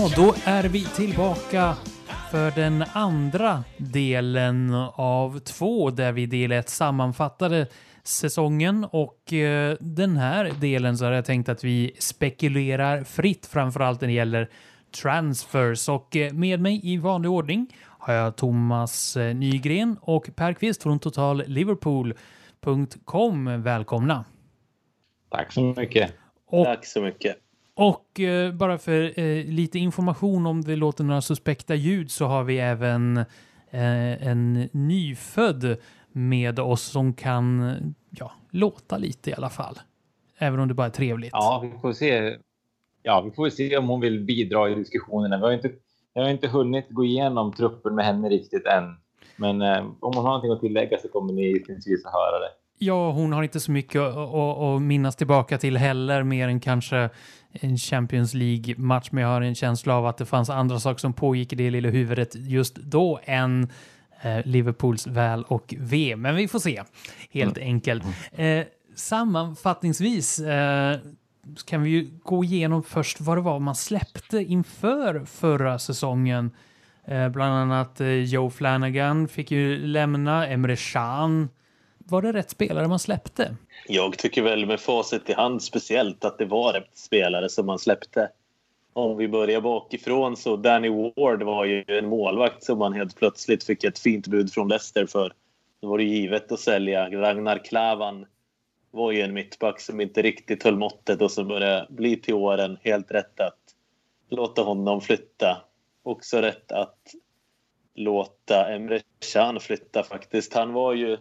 Ja, då är vi tillbaka för den andra delen av 2 där vi del 1 sammanfattade säsongen, och den här delen så har jag tänkt att vi spekulerar fritt, framförallt när det gäller transfers, och med mig i vanlig ordning har jag Thomas Nygren och Per Kvist från totalliverpool.com. Välkomna. Tack så mycket. Tack så mycket. Och bara för lite information, om det låter några suspekta ljud, så har vi även en nyfödd med oss som kan låta lite i alla fall. Även om det bara är trevligt. Ja, vi får se. Ja, vi får se om hon vill bidra i diskussionerna. Jag har inte hunnit gå igenom truppen med henne riktigt än. Men om hon har någonting att tillägga så kommer ni precis att höra det. Ja, hon har inte så mycket att minnas tillbaka till heller, mer än kanske en Champions League-match. Men jag har en känsla av att det fanns andra saker som pågick i det lilla huvudet just då än Liverpools väl och ve. Men vi får se, helt enkelt. Sammanfattningsvis kan vi ju gå igenom först vad det var man släppte inför förra säsongen. Bland annat Joe Flanagan fick ju lämna, Emre Can. Var det rätt spelare man släppte? Jag tycker väl med facit i hand speciellt att det var rätt spelare som man släppte. Om vi börjar bakifrån, så Danny Ward var ju en målvakt som man helt plötsligt fick ett fint bud från Leicester för. Då var det givet att sälja. Ragnar Klavan var ju en mittback som inte riktigt höll måttet och som började bli till åren. Helt rätt att låta honom flytta. Också rätt att låta Emre Can flytta faktiskt. Han var ju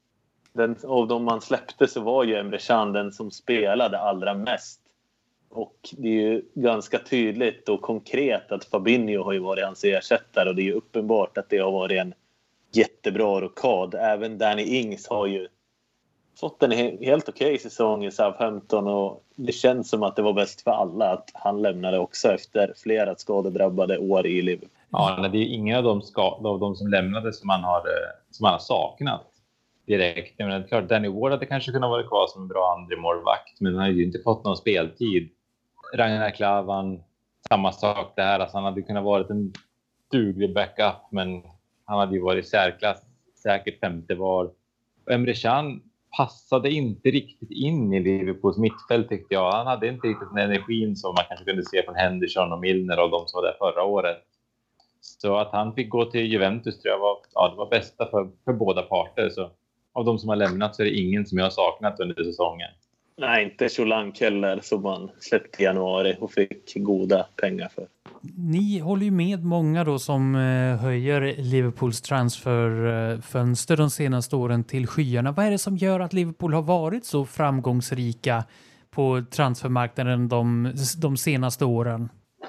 av de man släppte, så var ju Emre Can den som spelade allra mest. Och det är ju ganska tydligt och konkret att Fabinho har ju varit hans ersättare, och det är ju uppenbart att det har varit en jättebra rokad. Även Danny Ings har ju fått en helt okej säsong i Southampton, och det känns som att det var bäst för alla att han lämnade också efter flera skadedrabbade år i Liverpool. Ja, det är inga av de som lämnade som man har saknat direkt. Jag menar, klart, Danny Ward hade kanske kunnat vara kvar som en bra andra målvakt, men han hade ju inte fått någon speltid. Ragnar Klavan, samma sak där. Alltså, han hade kunnat vara en duglig backup, men han hade ju varit särklass, säkert 5:e val. Och Emre Can passade inte riktigt in i Liverpools mittfält, tyckte jag. Han hade inte riktigt den energin som man kanske kunde se från Henderson och Milner och de som var där förra året. Så att han fick gå till Juventus tror jag det var bästa för båda parter. Så av de som har lämnat så är det ingen som jag har saknat under säsongen. Nej, inte Solanke heller, som man släppte i januari och fick goda pengar för. Ni håller ju med många då som höjer Liverpools transferfönster de senaste åren till skyarna. Vad är det som gör att Liverpool har varit så framgångsrika på transfermarknaden de senaste åren?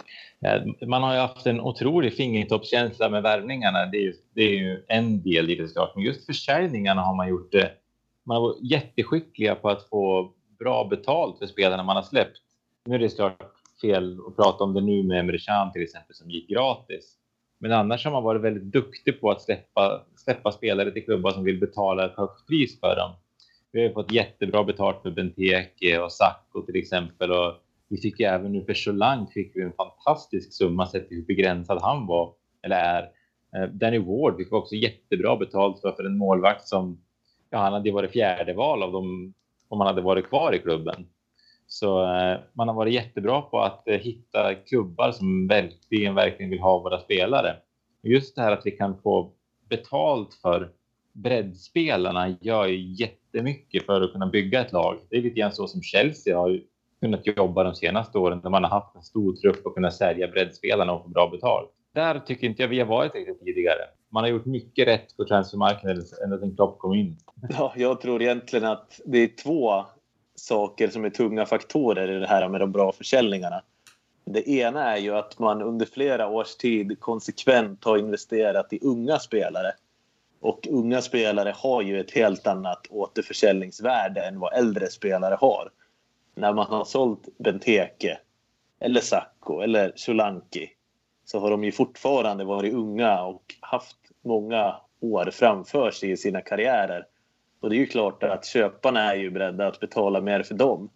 Man har ju haft en otrolig fingertoppskänsla med värvningarna. Det är ju en del i det såklart. Men just försäljningarna har man gjort det. Man har varit jätteskickliga på att få bra betalt för spelarna man har släppt. Nu är det såklart fel att prata om det nu med Emre Can till exempel som gick gratis. Men annars har man varit väldigt duktig på att släppa spelare till klubbar som vill betala ett högt pris för dem. Vi har fått jättebra betalt för Benteke och Sakho till exempel, och vi fick ju även nu för Solanke fick vi en fantastisk summa sett hur begränsad han var eller är. Danny Ward fick också jättebra betalt för en målvakt som han hade varit 4:e val av dem om man hade varit kvar i klubben. Så man har varit jättebra på att hitta klubbar som verkligen vill ha våra spelare. Just det här att vi kan få betalt för breddspelarna gör ju jättemycket för att kunna bygga ett lag. Det är lite grann så som Chelsea har kunnat jobba de senaste åren, där man har haft en stor trupp och kunnat sälja breddspelarna och få bra betalt. Där tycker inte jag vi har varit riktigt tidigare. Man har gjort mycket rätt på transfermarknaden ända sedan Klopp kom in. Ja, jag tror egentligen att det är 2 saker som är tunga faktorer i det här med de bra försäljningarna. Det ena är ju att man under flera års tid konsekvent har investerat i unga spelare. Och unga spelare har ju ett helt annat återförsäljningsvärde än vad äldre spelare har. När man har sålt Benteke eller Sakho eller Solanke, så har de ju fortfarande varit unga och haft många år framför sig i sina karriärer. Och det är ju klart att köparna är ju beredda att betala mer för dem.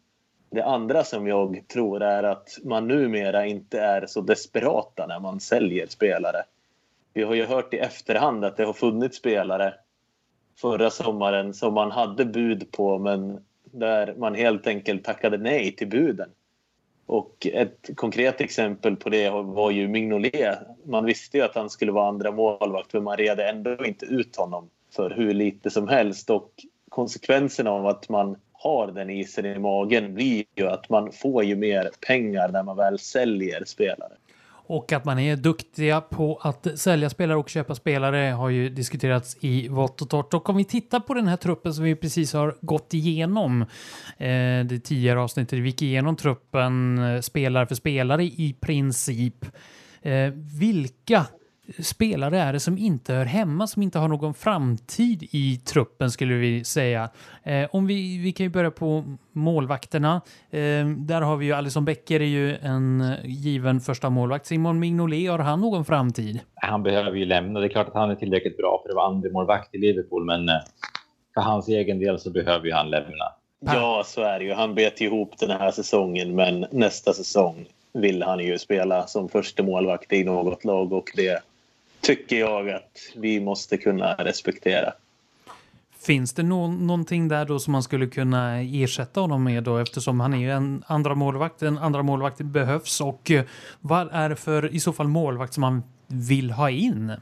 Det andra som jag tror är att man numera inte är så desperata när man säljer spelare. Vi har ju hört i efterhand att det har funnits spelare förra sommaren som man hade bud på, men där man helt enkelt tackade nej till buden. Och ett konkret exempel på det var ju Mignolet. Man visste ju att han skulle vara andra målvakt, men man redde ändå inte ut honom för hur lite som helst. Och konsekvensen av att man har den isen i magen blir ju att man får ju mer pengar när man väl säljer spelare. Och att man är duktiga på att sälja spelare och köpa spelare har ju diskuterats i vått och torrt. Och om vi tittar på den här truppen som vi precis har gått igenom, det tidigare avsnittet, vi gick igenom truppen spelare för spelare i princip. Vilka spelare är det som inte hör hemma, som inte har någon framtid i truppen skulle vi säga? Om vi kan ju börja på målvakterna. Där har vi ju Alisson Becker är ju en given första målvakt. Simon Mignolet, har han någon framtid? Han behöver ju lämna. Det är klart att han är tillräckligt bra för att vara andra målvakt i Liverpool, men för hans egen del så behöver ju han lämna. Ja, så är det ju. Han bet ihop den här säsongen, men nästa säsong vill han ju spela som första målvakt i något lag, och det tycker jag att vi måste kunna respektera. Finns det någonting där då som man skulle kunna ersätta honom med då, eftersom han är en andra målvakt? En andra målvakt behövs, och vad är det för i så fall målvakt som man vill ha in?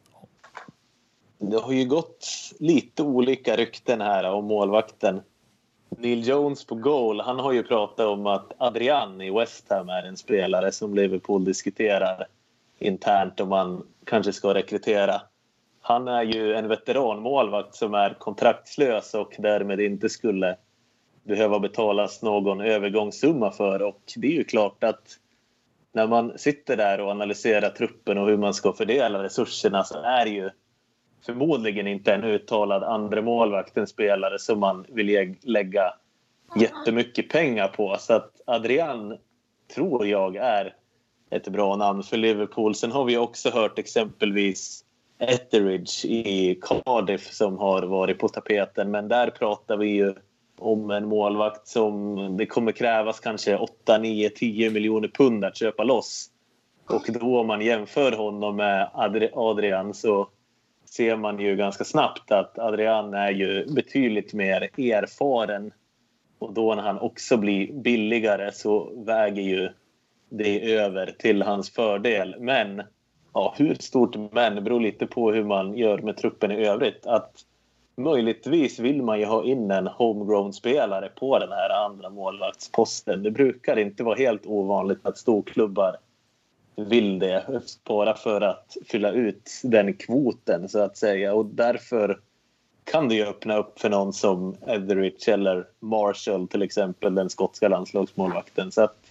Det har ju gått lite olika rykten här om målvakten. Neil Jones på goal, han har ju pratat om att Adrian i West Ham är en spelare som Liverpool diskuterar internt om man kanske ska rekrytera. Han är ju en veteranmålvakt som är kontraktslös och därmed inte skulle behöva betalas någon övergångssumma för. Och det är ju klart att när man sitter där och analyserar truppen och hur man ska fördela resurserna, så är det ju förmodligen inte en uttalad andra målvakt, en spelare som man vill lägga jättemycket pengar på. Så att Adrian tror jag är ett bra namn för Liverpool. Sen har vi också hört exempelvis Etheridge i Cardiff som har varit på tapeten. Men där pratar vi ju om en målvakt som det kommer krävas kanske 8, 9, 10 miljoner pund att köpa loss. Och då om man jämför honom med Adrian så ser man ju ganska snabbt att Adrian är ju betydligt mer erfaren. Och då när han också blir billigare så väger ju det över till hans fördel. Men ja, hur stort men beror lite på hur man gör med truppen i övrigt. Att möjligtvis vill man ju ha in en homegrown-spelare på den här andra målvaktsposten. Det brukar inte vara helt ovanligt att storklubbar vill det bara för att fylla ut den kvoten så att säga. Och därför kan det ju öppna upp för någon som Etheridge eller Marshall till exempel, den skotska landslagsmålvakten. Så att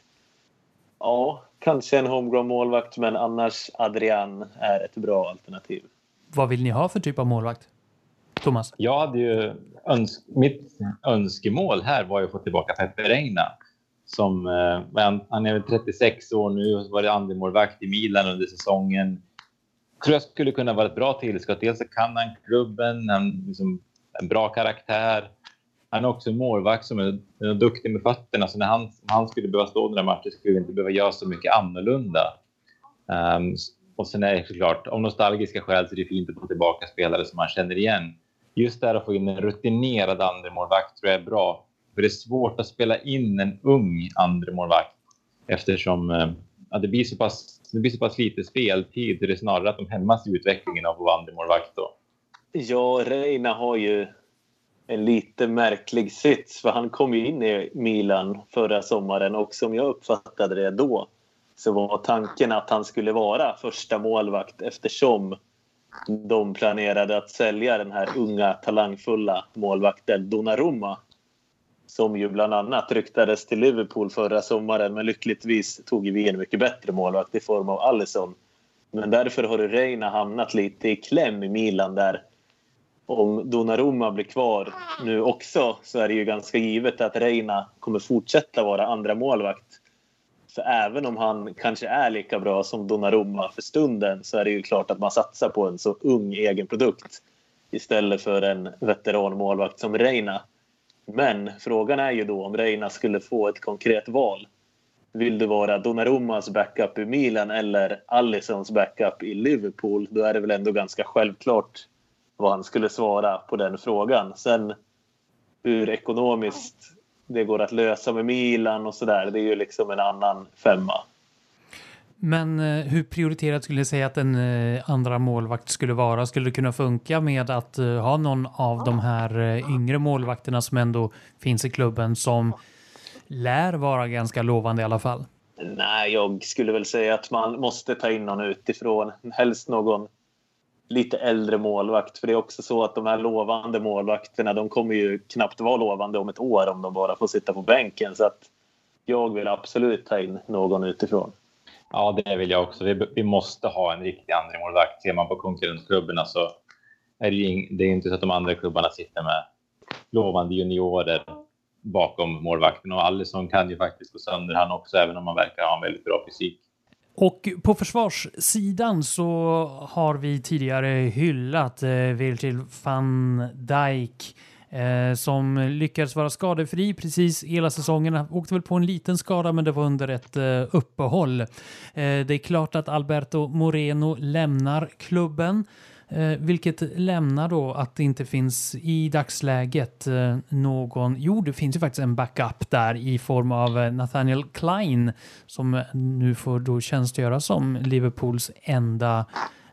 ja, kanske en homegrown målvakt, men annars Adrian är ett bra alternativ. Vad vill ni ha för typ av målvakt, Thomas? Jag hade ju mitt önskemål här var ju att få tillbaka Pepe Reina. Som, han är väl 36 år nu, var det andra målvakt i Milan under säsongen. Jag tror jag skulle kunna vara ett bra tillskott. Dels så kan han klubben, han liksom en bra karaktär. Han är också en målvakt som är duktig med fötterna. Så när han skulle behöva stå under matchen skulle vi inte behöva göra så mycket annorlunda. Och sen är det såklart, av nostalgiska skäl så är det fint att få tillbaka spelare som man känner igen. Just där att få in en rutinerad andra målvakt tror jag är bra. För det är svårt att spela in en ung andra målvakt. Eftersom det blir så pass lite speltid. Det är snarare att de hämmas i utvecklingen av andra målvakt då. Ja, Reina har ju en lite märklig sits. För han kom ju in i Milan förra sommaren. Och som jag uppfattade det då så var tanken att han skulle vara första målvakt. Eftersom de planerade att sälja den här unga talangfulla målvakten Donnarumma. Som ju bland annat ryktades till Liverpool förra sommaren. Men lyckligtvis tog vi en mycket bättre målvakt i form av Alisson. Men därför har Reina hamnat lite i kläm i Milan där. Om Donnarumma blir kvar nu också så är det ju ganska givet att Reina kommer fortsätta vara andra målvakt. För även om han kanske är lika bra som Donnarumma för stunden så är det ju klart att man satsar på en så ung egen produkt istället för en veteranmålvakt som Reina. Men frågan är ju då om Reina skulle få ett konkret val. Vill det vara Donnarummas backup i Milan eller Alissons backup i Liverpool? Då är det väl ändå ganska självklart vad han skulle svara på den frågan. Sen hur ekonomiskt det går att lösa med Milan och sådär, det är ju liksom en annan femma. Men hur prioriterat skulle jag säga att en andra målvakt skulle vara? Skulle det kunna funka med att ha någon av de här yngre målvakterna som ändå finns i klubben som lär vara ganska lovande i alla fall? Nej, jag skulle väl säga att man måste ta in någon utifrån. Helst någon lite äldre målvakt. För det är också så att de här lovande målvakterna, de kommer ju knappt vara lovande om ett år om de bara får sitta på bänken. Så att jag vill absolut ta in någon utifrån. Ja, det vill jag också. Vi måste ha en riktig andra målvakt. Ser man på konkurrentklubbarna så är det är inte så att de andra klubbarna sitter med lovande juniorer bakom målvakten. Och Alisson kan ju faktiskt gå sönder han också, även om man verkar ha en väldigt bra fysik. Och på försvarssidan så har vi tidigare hyllat Virgil van Dijk som lyckades vara skadefri precis hela säsongen. Han åkte väl på en liten skada, men det var under ett uppehåll. Det är klart att Alberto Moreno lämnar klubben. Vilket lämnar då att det inte finns i dagsläget någon... Jo, det finns ju faktiskt en backup där i form av Nathaniel Klein som nu får då tjänstgöra som Liverpools enda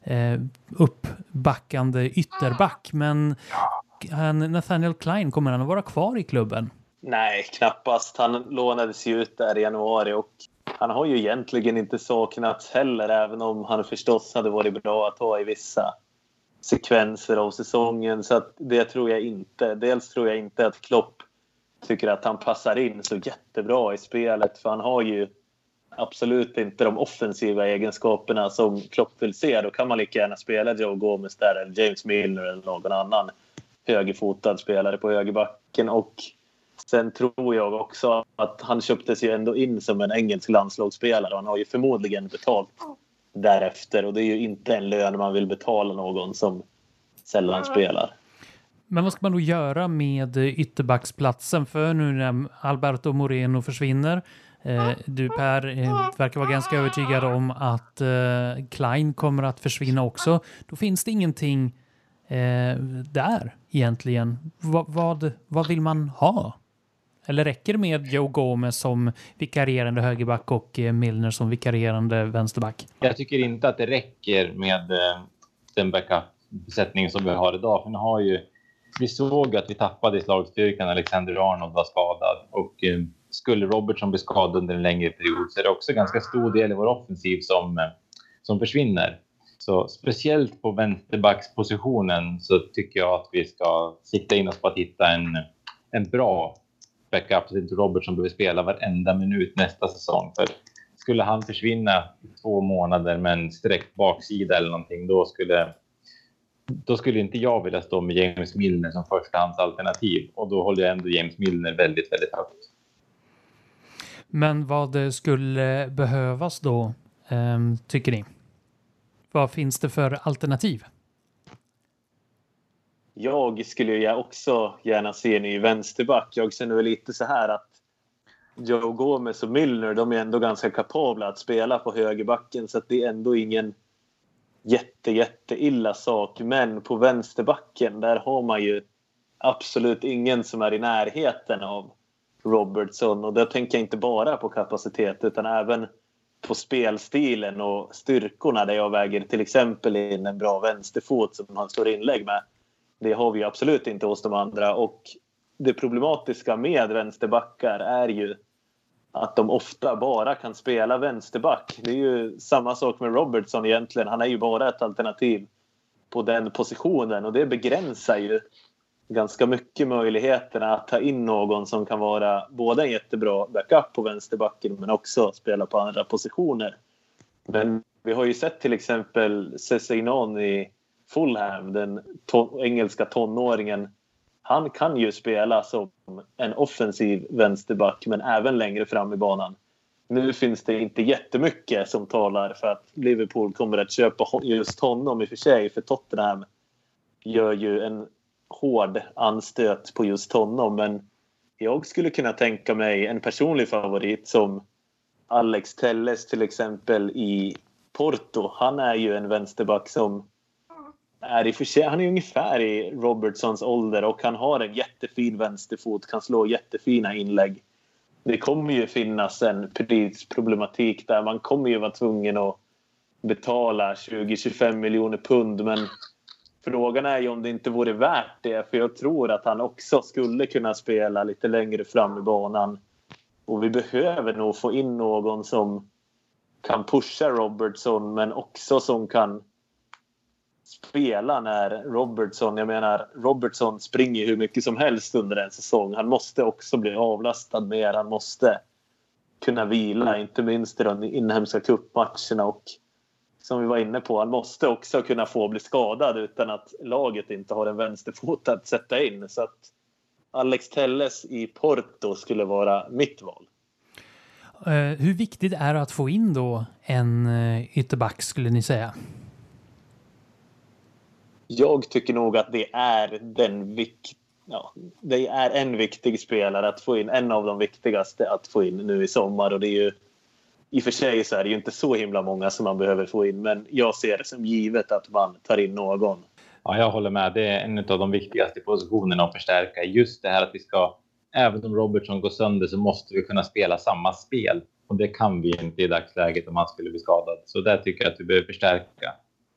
uppbackande ytterback. Men Nathaniel Klein, kommer han att vara kvar i klubben? Nej, knappast. Han lånades ju ut där i januari och han har ju egentligen inte saknats heller, även om han förstås hade varit bra att ha i vissa sekvenser av säsongen. Så att det tror jag inte. Dels tror jag inte att Klopp tycker att han passar in så jättebra i spelet, för han har ju absolut inte de offensiva egenskaperna som Klopp vill se. Då kan man lika gärna spela Joe Gomez där eller James Milner eller någon annan högerfotad spelare på högerbacken. Och sen tror jag också att han köptes ju ändå in som en engelsk landslagsspelare och han har ju förmodligen betalt därefter, och det är ju inte en lön man vill betala någon som sällan spelar. Men vad ska man då göra med ytterbacksplatsen? För nu när Alberto Moreno försvinner, du Per verkar vara ganska övertygad om att Klein kommer att försvinna också. Då finns det ingenting där egentligen. Vad vill man ha? Eller räcker det med Joe Gomez som vikarierande högerback och Milner som vikarierande vänsterback? Jag tycker inte att det räcker med den backup-besättning som vi har idag. För vi såg att vi tappade i slagstyrkan. Alexander Arnold var skadad. Och skulle Robertson bli skadad under en längre period så är det också ganska stor del i vår offensiv som försvinner. Så speciellt på vänsterbackspositionen så tycker jag att vi ska sikta in oss på att hitta en bra backup så att inte Robertson behöver spela varenda minut nästa säsong. För skulle han försvinna i 2 månader med en sträckt baksida eller någonting, då skulle inte jag vilja stå med James Milner som förstahandsalternativ. Och då håller jag ändå James Milner väldigt, väldigt högt. Men vad skulle behövas då, tycker ni? Vad finns det för alternativ? Jag skulle ju också gärna se en ny vänsterback. Jag ser nu lite så här att Joe Gomez och Milner, de är ändå ganska kapabla att spela på högerbacken, så att det är ändå ingen jätte illa sak. Men på vänsterbacken, där har man ju absolut ingen som är i närheten av Robertson. Och där tänker jag inte bara på kapacitet utan även på spelstilen och styrkorna, där jag väger till exempel in en bra vänsterfot som han står inlägg med. Det har vi ju absolut inte hos de andra. Och det problematiska med vänsterbackar är ju att de ofta bara kan spela vänsterback. Det är ju samma sak med Robertson egentligen. Han är ju bara ett alternativ på den positionen. Och det begränsar ju ganska mycket möjligheterna att ta in någon som kan vara både en jättebra backup på vänsterbacken men också spela på andra positioner. Men vi har ju sett till exempel Sessegnon i Fulham, den engelska tonåringen. Han kan ju spela som en offensiv vänsterback men även längre fram i banan. Nu finns det inte jättemycket som talar för att Liverpool kommer att köpa just honom i och för sig. För Tottenham gör ju en hård anstöt på just honom. Men jag skulle kunna tänka mig en personlig favorit som Alex Telles till exempel i Porto. Han är ju en vänsterback som han är ungefär i Robertsons ålder och han har en jättefin vänsterfot, kan slå jättefina inlägg. Det kommer ju finnas en prisproblematik där. Man kommer ju vara tvungen att betala 20-25 miljoner pund, men frågan är ju om det inte vore värt det, för jag tror att han också skulle kunna spela lite längre fram i banan. Och vi behöver nog få in någon som kan pusha Robertson, men också som kan spela när Robertson springer hur mycket som helst under en säsong. Han måste också bli avlastad mer. Han måste kunna vila, inte minst i de inhemska cupmatcherna, och som vi var inne på, han måste också kunna få bli skadad utan att laget inte har en vänsterfot att sätta in. Så att Alex Telles i Porto skulle vara mitt val. Hur viktigt är det att få in då en ytterback, skulle ni säga? Jag tycker nog att det är det är en viktig spelare att få in. En av de viktigaste att få in nu i sommar. Och det är ju, i och för sig så är det ju inte så himla många som man behöver få in. Men jag ser det som givet att man tar in någon. Ja, jag håller med. Det är en av de viktigaste positionerna att förstärka. Just det här att vi ska, även om Robertson går sönder, så måste vi kunna spela samma spel. Och det kan vi inte i dagsläget om han skulle bli skadad. Så där tycker jag att vi behöver förstärka.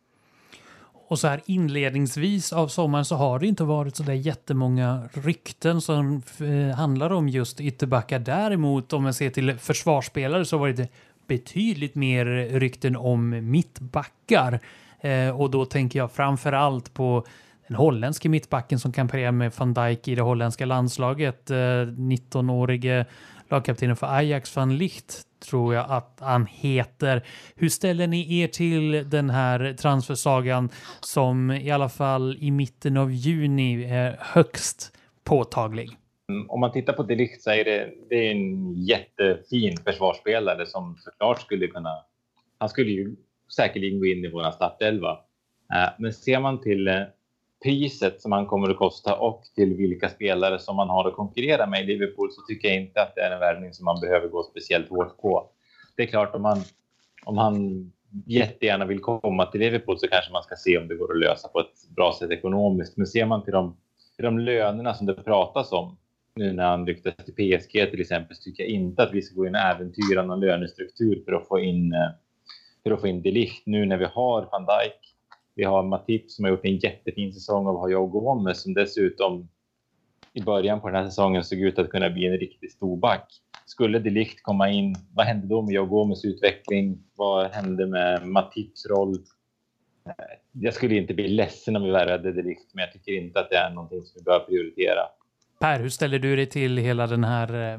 Och så här inledningsvis av sommaren så har det inte varit så där jättemånga rykten som handlar om just ytterbackar. Däremot om man ser till försvarsspelare så var det betydligt mer rykten om mittbackar. Och då tänker jag framförallt på den holländska mittbacken som kan parera med Van Dijk i det holländska landslaget. 19-årige lagkaptenen för Ajax, Van Ligt, tror jag att han heter. Hur ställer ni er till den här transfersagan som i alla fall i mitten av juni är högst påtaglig? Om man tittar på De Ligt så är det en jättefin försvarsspelare som såklart han skulle ju säkerligen gå in i våra startelva. Men ser man till priset som han kommer att kosta och till vilka spelare som man har att konkurrera med i Liverpool, så tycker jag inte att det är en värvning som man behöver gå speciellt hårt på. Det är klart, om han jättegärna vill komma till Liverpool så kanske man ska se om det går att lösa på ett bra sätt ekonomiskt. Men ser man till de lönerna som det pratas om nu när han ryktas till PSG till exempel, så tycker jag inte att vi ska gå in och äventyra någon lönestruktur för att få in De Ligt nu när vi har Van Dijk. Vi har Matip som har gjort en jättefin säsong, och vi har Joe Gomez som dessutom i början på den här säsongen såg ut att kunna bli en riktigt stor back. Skulle De Ligt komma in, vad hände då med Joe Gomez utveckling? Vad hände med Matips roll? Jag skulle inte bli ledsen om vi värvade De Ligt, men jag tycker inte att det är någonting som vi bör prioritera. Per, hur ställer du dig till hela den här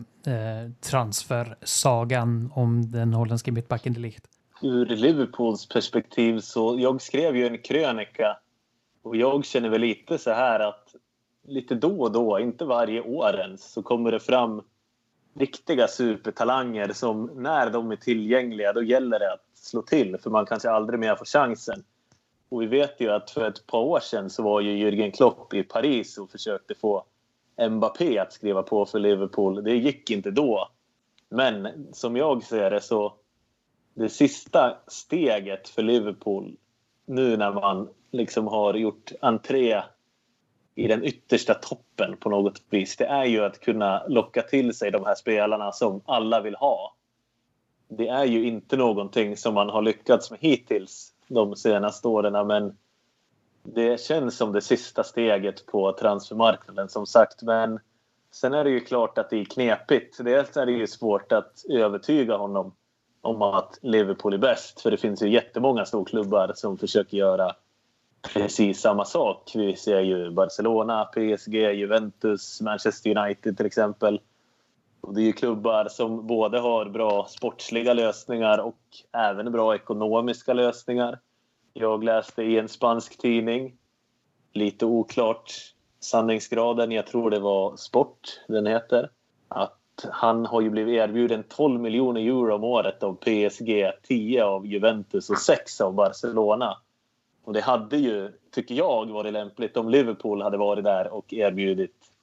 transfersagan om den holländska mittbacken De Ligt? Ur Liverpools perspektiv så jag skrev ju en krönika, och jag känner väl lite så här att lite då och då, inte varje år ens, så kommer det fram riktiga supertalanger som när de är tillgängliga då gäller det att slå till, för man kanske aldrig mer får chansen. Och vi vet ju att för ett par år sedan så var ju Jürgen Klopp i Paris och försökte få Mbappé att skriva på för Liverpool. Det gick inte då. Men som jag ser det så det sista steget för Liverpool nu när man liksom har gjort entré i den yttersta toppen på något vis, det är ju att kunna locka till sig de här spelarna som alla vill ha. Det är ju inte någonting som man har lyckats med hittills de senaste åren, men det känns som det sista steget på transfermarknaden som sagt. Men sen är det ju klart att det är knepigt. Dels är det ju svårt att övertyga honom om att Liverpool är bäst, för det finns ju jättemånga storklubbar som försöker göra precis samma sak. Vi ser ju Barcelona, PSG, Juventus, Manchester United till exempel. Och det är ju klubbar som både har bra sportsliga lösningar och även bra ekonomiska lösningar. Jag läste i en spansk tidning, lite oklart sanningsgraden, jag tror det var Sport den heter, att han har ju blivit erbjuden 12 miljoner euro om året av PSG, 10 av Juventus och 6 av Barcelona. Och det hade ju, tycker jag, varit lämpligt om Liverpool hade varit där och erbjudit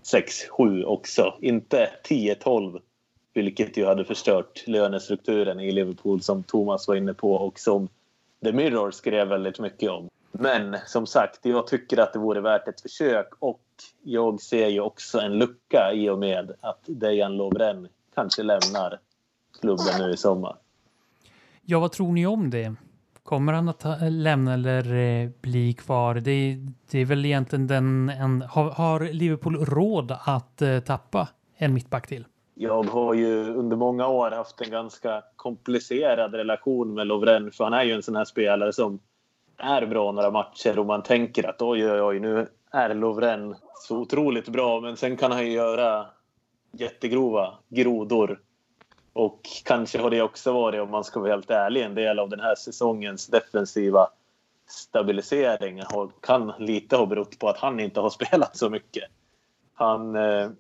6-7 också. Inte 10-12, vilket ju hade förstört lönestrukturen i Liverpool som Thomas var inne på och som The Mirror skrev väldigt mycket om. Men som sagt, jag tycker att det vore värt ett försök och jag ser ju också en lucka i och med att Dejan Lovren kanske lämnar klubben nu i sommar. Ja, vad tror ni om det? Kommer han att lämna eller bli kvar? Det är väl egentligen har Liverpool råd att tappa en mittback till? Jag har ju under många år haft en ganska komplicerad relation med Lovren, för han är ju en sån här spelare som är bra några matcher och man tänker att oj, nu är Lovren så otroligt bra, men sen kan han ju göra jättegrova grodor. Och kanske har det också varit, om man ska vara helt ärlig, en del av den här säsongens defensiva stabilisering kan lite ha berott på att han inte har spelat så mycket. Han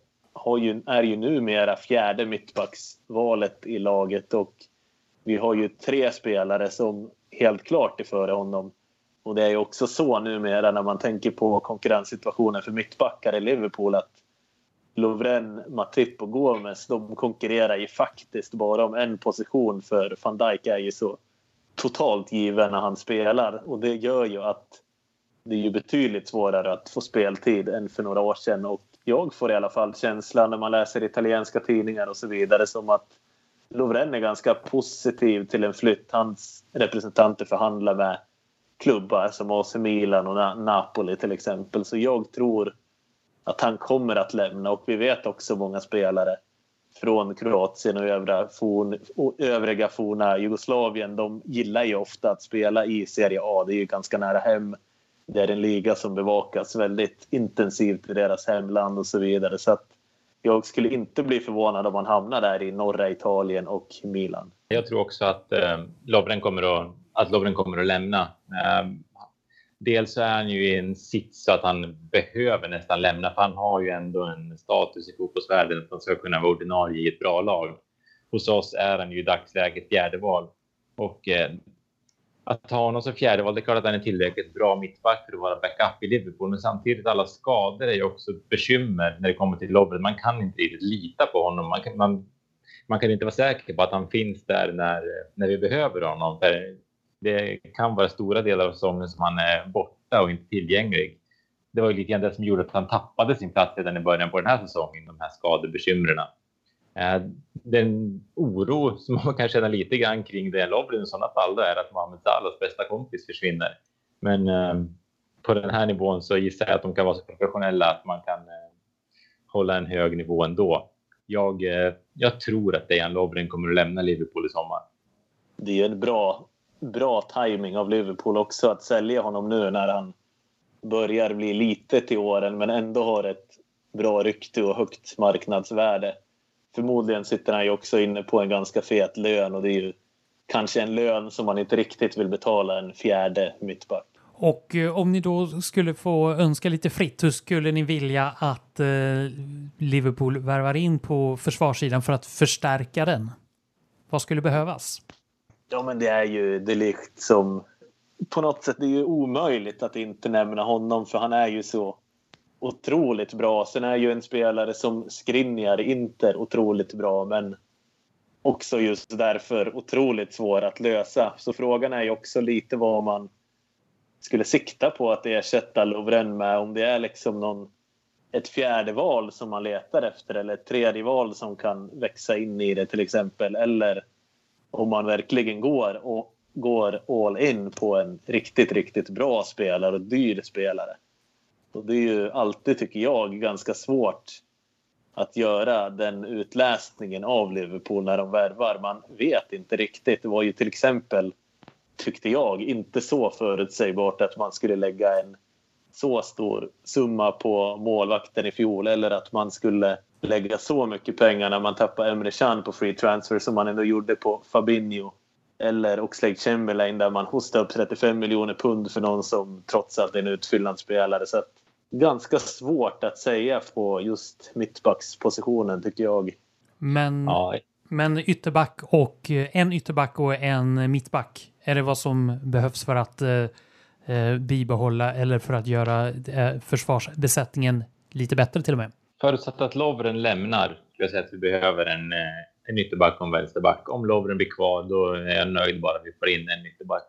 är ju numera fjärde mittbacksvalet i laget och vi har ju 3 spelare som helt klart är före honom. Och det är ju också så numera när man tänker på konkurrenssituationen för mittbackar i Liverpool att Lovren, Matip och Gomes, de konkurrerar ju faktiskt bara om en position, för Van Dijk är ju så totalt given när han spelar. Och det gör ju att det är ju betydligt svårare att få speltid än för några år sedan. Och jag får i alla fall känslan när man läser italienska tidningar och så vidare som att Lovren är ganska positiv till en flytt. Hans representanter förhandlar med klubbar som AC Milan och Napoli till exempel. Så jag tror att han kommer att lämna, och vi vet också många spelare från Kroatien och övriga forna Jugoslavien. De gillar ju ofta att spela i Serie A. Det är ju ganska nära hem. Det är en liga som bevakas väldigt intensivt i deras hemland och så vidare. Så att jag skulle inte bli förvånad om man hamnar där i norra Italien och Milan. Jag tror också att Lovren kommer att lämna. Dels är han ju i en sits så att han behöver nästan lämna, för han har ju ändå en status i fotbollsvärlden att han ska kunna vara ordinarie i ett bra lag. Hos oss är han ju i dagsläget fjärdeval. Och att ha honom som fjärdeval, det är klart att han är tillräckligt bra mittback för att vara backup i Liverpool. Men samtidigt, alla skador är ju också bekymmer när det kommer till Lovren. Man kan inte riktigt lita på honom. Man kan inte vara säker på att han finns där när vi behöver honom. För det kan vara stora delar av säsongen som han är borta och inte tillgänglig. Det var ju lite grann det som gjorde att han tappade sin plats redan i början på den här säsongen, de här skadebekymren. Den oro som man kan känna lite grann kring det Lovren i sådana fall är att Mohamed Salahs bästa kompis försvinner. Men på den här nivån så gissar jag att de kan vara så professionella att man kan hålla en hög nivå ändå. Jag tror att Dejan Lovren kommer att lämna Liverpool i sommar. Det är en bra timing av Liverpool också att sälja honom nu när han börjar bli lite till åren men ändå har ett bra rykte och högt marknadsvärde. Förmodligen sitter han ju också inne på en ganska fet lön, och det är ju kanske en lön som man inte riktigt vill betala en fjärde mittback. Och om ni då skulle få önska lite fritt, hur skulle ni vilja att Liverpool värvar in på försvarssidan för att förstärka den? Vad skulle behövas? Ja, men det är ju Delict som på något sätt, det är ju omöjligt att inte nämna honom, för han är ju så otroligt bra. Sen är ju en spelare som Skriniar Inter otroligt bra, men också just därför otroligt svår att lösa. Så frågan är ju också lite vad man skulle sikta på att ersätta Lovren med. Om det är liksom ett fjärde val som man letar efter, eller ett tredje val som kan växa in i det till exempel. Eller om man verkligen går all in på en riktigt, riktigt bra spelare och dyr spelare. Och det är ju alltid, tycker jag, ganska svårt att göra den utläsningen av Liverpool när de värvar. Man vet inte riktigt. Det var ju till exempel, tyckte jag, inte så förutsägbart att man skulle lägga en så stor summa på målvakten i fjol, eller att man skulle lägga så mycket pengar när man tappade Emre Can på free transfer som man ändå gjorde på Fabinho eller Oxlade-Chamberlain, där man hostade upp 35 miljoner pund för någon som trots allt är en utfyllnadsspelare. Så att ganska svårt att säga på just mittbackspositionen, tycker jag. Men ytterback och en mittback, är det vad som behövs för att bibehålla eller för att göra försvarsbesättningen lite bättre till och med? Förutsatt att Lovren lämnar, skulle jag säga att vi behöver en ytterback och en vänsterback. Om Lovren blir kvar, då är jag nöjd bara vi får in en ytterback.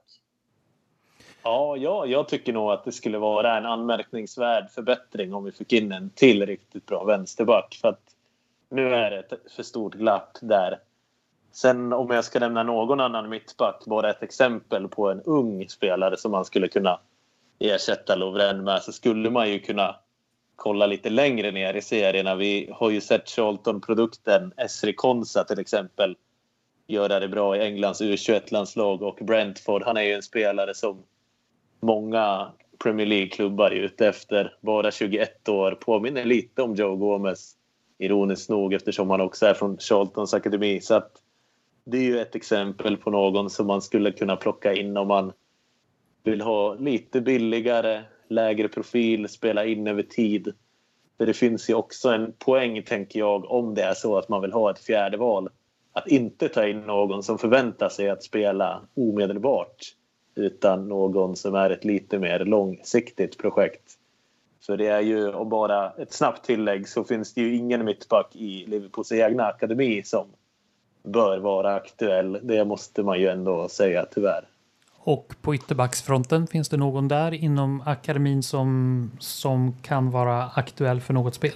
Ja, jag tycker nog att det skulle vara en anmärkningsvärd förbättring om vi fick in en till riktigt bra vänsterback. För att nu är det ett för stort glapp där. Sen om jag ska nämna någon annan mittback, bara ett exempel på en ung spelare som man skulle kunna ersätta Lovren med, så skulle man ju kunna kolla lite längre ner i serierna. Vi har ju sett Charlton-produkten Esri Konsa till exempel göra det bra i Englands U21-landslag, och Brentford, han är ju en spelare som många Premier League-klubbar är ute efter. Bara 21 år, påminner lite om Joe Gomez, ironiskt nog, eftersom han också är från Charltons akademi. Så att det är ju ett exempel på någon som man skulle kunna plocka in om man vill ha lite billigare, lägre profil, spela in över tid. För det finns ju också en poäng, tänker jag, om det är så att man vill ha ett fjärde val. Att inte ta in någon som förväntar sig att spela omedelbart, utan någon som är ett lite mer långsiktigt projekt. För det är ju, och bara ett snabbt tillägg, så finns det ju ingen mittback i Liverpools egna akademi som bör vara aktuell. Det måste man ju ändå säga, tyvärr. Och på ytterbacksfronten, finns det någon där inom akademin som kan vara aktuell för något spel?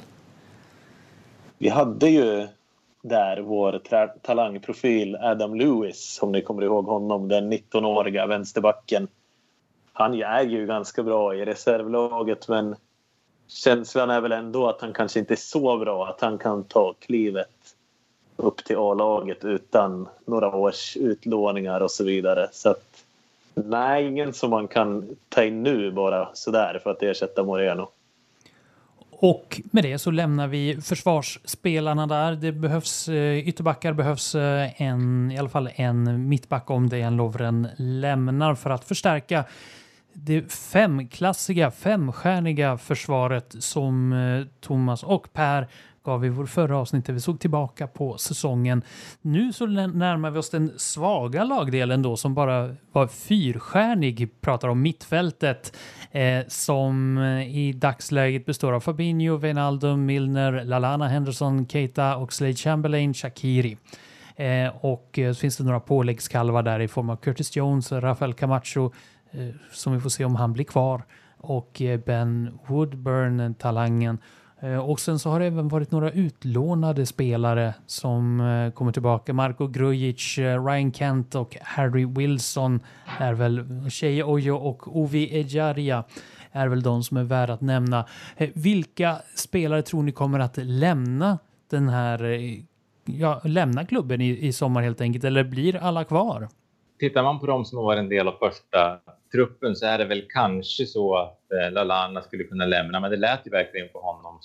Vi hade ju där vår talangprofil Adam Lewis, om ni kommer ihåg honom, den 19-åriga vänsterbacken. Han är ju ganska bra i reservlaget, men känslan är väl ändå att han kanske inte är så bra att han kan ta klivet upp till A-laget utan några års utlåningar och så vidare. Så att, nej, ingen som man kan ta in nu bara sådär för att ersätta Moreno. Och med det så lämnar vi försvarsspelarna där. Det behövs ytterbackar, behövs i alla fall en mittback om det en Lovren lämnar, för att förstärka det femklassiga, femstjärniga försvaret som Thomas och Per gav i vår förra avsnitt där vi såg tillbaka på säsongen. Nu så närmar vi oss den svaga lagdelen då, som bara var fyrstjärnig. Pratar om mittfältet som i dagsläget består av Fabinho, Wijnaldum, Milner, Lallana, Henderson, Keita, Oxlade-Chamberlain, Shaqiri. Och så finns det några påläggskalvar där i form av Curtis Jones, Rafael Camacho, som vi får se om han blir kvar, och Ben Woodburn, talangen. Och sen så har det även varit några utlånade spelare som kommer tillbaka. Marko Grujic, Ryan Kent och Harry Wilson är väl, Shea Ojo och Ovi Ejaria är väl de som är värda att nämna. Vilka spelare tror ni kommer att lämna den här, lämna klubben i sommar helt enkelt, eller blir alla kvar? Tittar man på de som var en del av första truppen så är det väl kanske så att Lallana skulle kunna lämna, men det lät ju verkligen på honom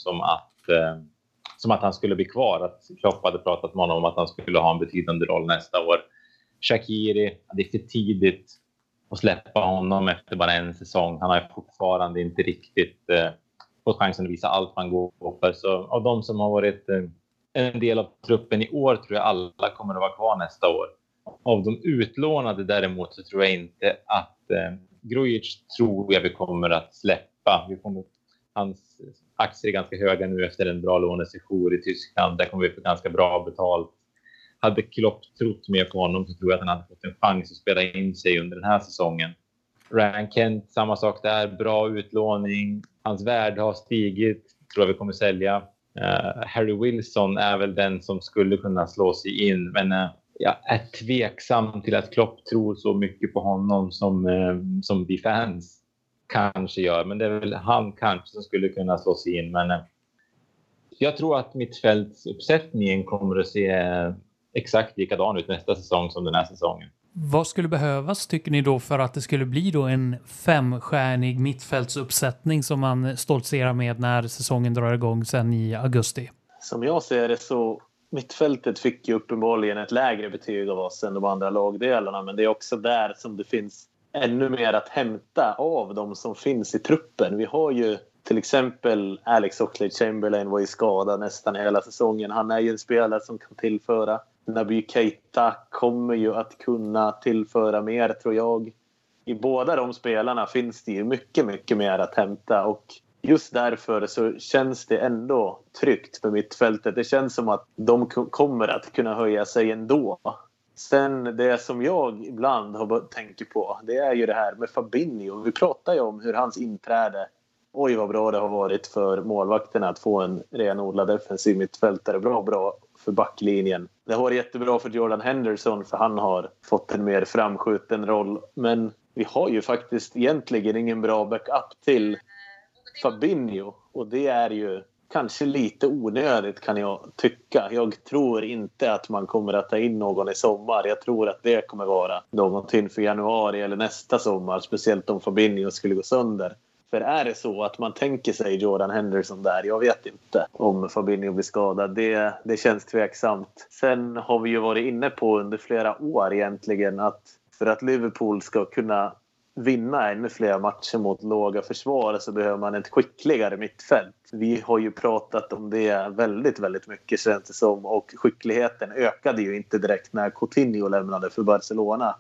som att han skulle bli kvar, att Klopp hade pratat med honom om att han skulle ha en betydande roll nästa år. Shaqiri, det är för tidigt att släppa honom efter bara en säsong. Han har fortfarande inte riktigt fått chansen att visa allt man går för. Så av de som har varit en del av truppen i år tror jag alla kommer att vara kvar nästa år. Av de utlånade däremot så tror jag inte att Grujic tror jag vi kommer att släppa. Hans aktier är ganska höga nu efter en bra lånesession i Tyskland. Där kommer vi få ganska bra betalt. Hade Klopp trott mer på honom så tror jag att han hade fått en chans att spela in sig under den här säsongen. Ryan Kent, samma sak där. Bra utlåning. Hans värde har stigit. Tror jag vi kommer sälja. Harry Wilson är väl den som skulle kunna slå sig in. Men jag är tveksam till att Klopp tror så mycket på honom som vi fans kanske gör. Men det är väl han kanske som skulle kunna slå sig in. Men jag tror att mittfältsuppsättningen kommer att se exakt likadan ut nästa säsong som den här säsongen. Vad skulle behövas tycker ni då för att det skulle bli då en femstjärnig mittfältsuppsättning som man stoltserar med när säsongen drar igång sen i augusti? Som jag ser det så mittfältet fick ju uppenbarligen ett lägre betyg av oss än de andra lagdelarna, men det är också där som det finns ännu mer att hämta av de som finns i truppen. Vi har ju till exempel Alex Oxlade-Chamberlain var ju skadad nästan hela säsongen. Han är ju en spelare som kan tillföra. Naby Keita kommer ju att kunna tillföra mer tror jag. I båda de spelarna finns det ju mycket, mycket mer att hämta och just därför så känns det ändå tryggt för mittfältet. Det känns som att de kommer att kunna höja sig ändå. Sen det som jag ibland har tänker på, det är ju det här med Fabinho. Vi pratar ju om hur hans inträde, oj vad bra det har varit för målvakterna att få en renodlad defensiv mittfältare. Bra för backlinjen. Det har varit jättebra för Jordan Henderson för han har fått en mer framskjuten roll. Men vi har ju faktiskt egentligen ingen bra backup till Fabinho. Och det är ju kanske lite onödigt kan jag tycka. Jag tror inte att man kommer att ta in någon i sommar. Jag tror att det kommer vara någonting för januari eller nästa sommar. Speciellt om Fabinho skulle gå sönder. För är det så att man tänker sig Jordan Henderson där? Jag vet inte om Fabinho blir skadad. Det känns tveksamt. Sen har vi ju varit inne på under flera år egentligen att för att Liverpool ska kunna vinna ännu fler matcher mot låga försvar så behöver man ett skickligare mittfält. Vi har ju pratat om det väldigt, väldigt mycket känns det som. Och skickligheten ökade ju inte direkt när Coutinho lämnade för Barcelona.